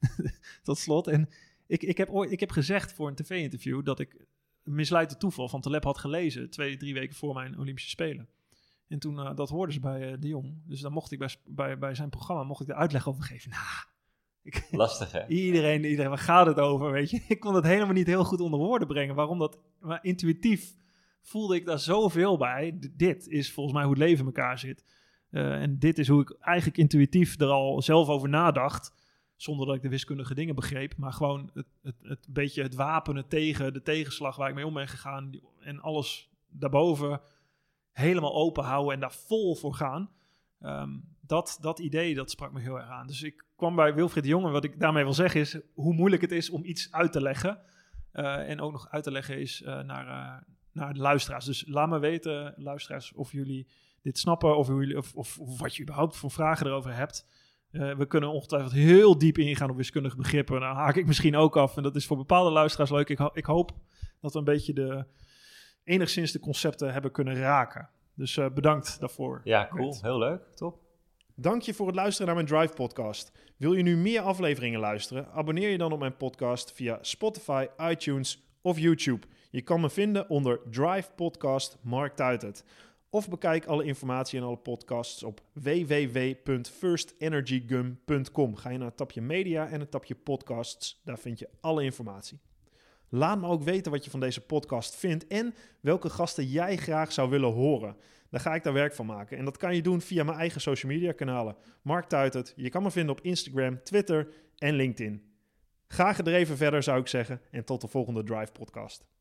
tot slot. En ik, ik, heb ooit, ik heb gezegd voor een tv-interview dat ik een misleid toeval van Taleb had gelezen, twee, drie weken voor mijn Olympische Spelen. En toen, uh, dat hoorden ze bij uh, de Jong, dus dan mocht ik bij, bij, bij zijn programma, mocht ik de uitleg over geven. Nou, ik, lastig hè? Iedereen, iedereen, waar gaat het over, weet je? Ik kon het helemaal niet heel goed onder woorden brengen, waarom dat, maar intuïtief voelde ik daar zoveel bij. D- dit is volgens mij hoe het leven in elkaar zit. Uh, en dit is hoe ik eigenlijk intuïtief er al zelf over nadacht, zonder dat ik de wiskundige dingen begreep, maar gewoon het, het, het beetje het wapenen tegen de tegenslag waar ik mee om ben gegaan en alles daarboven helemaal open houden en daar vol voor gaan. Um, dat, dat idee, dat sprak me heel erg aan. Dus ik kwam bij Wilfried de Jong en wat ik daarmee wil zeggen is hoe moeilijk het is om iets uit te leggen. Uh, en ook nog uit te leggen is uh, naar, uh, naar de luisteraars. Dus laat me weten, luisteraars, of jullie dit snappen of, jullie, of, of, of wat je überhaupt voor vragen erover hebt. Uh, we kunnen ongetwijfeld heel diep ingaan op wiskundige begrippen. Nou haak ik misschien ook af en dat is voor bepaalde luisteraars leuk. Ik, ho- ik hoop dat we een beetje de enigszins de concepten hebben kunnen raken. Dus uh, bedankt daarvoor. Ja, cool. Bert. Heel leuk. Top. Dank je voor het luisteren naar mijn Drive podcast. Wil je nu meer afleveringen luisteren? Abonneer je dan op mijn podcast via Spotify, iTunes of YouTube. Je kan me vinden onder Drive Podcast Mark Tuitert. Of bekijk alle informatie en alle podcasts op w w w punt first energy gum punt com. Ga je naar het tapje media en het tapje podcasts. Daar vind je alle informatie. Laat me ook weten wat je van deze podcast vindt en welke gasten jij graag zou willen horen. Dan ga ik daar werk van maken. En dat kan je doen via mijn eigen social media kanalen. Mark Tuitert. Je kan me vinden op Instagram, Twitter en LinkedIn. Ga gedreven verder zou ik zeggen en tot de volgende Drive podcast.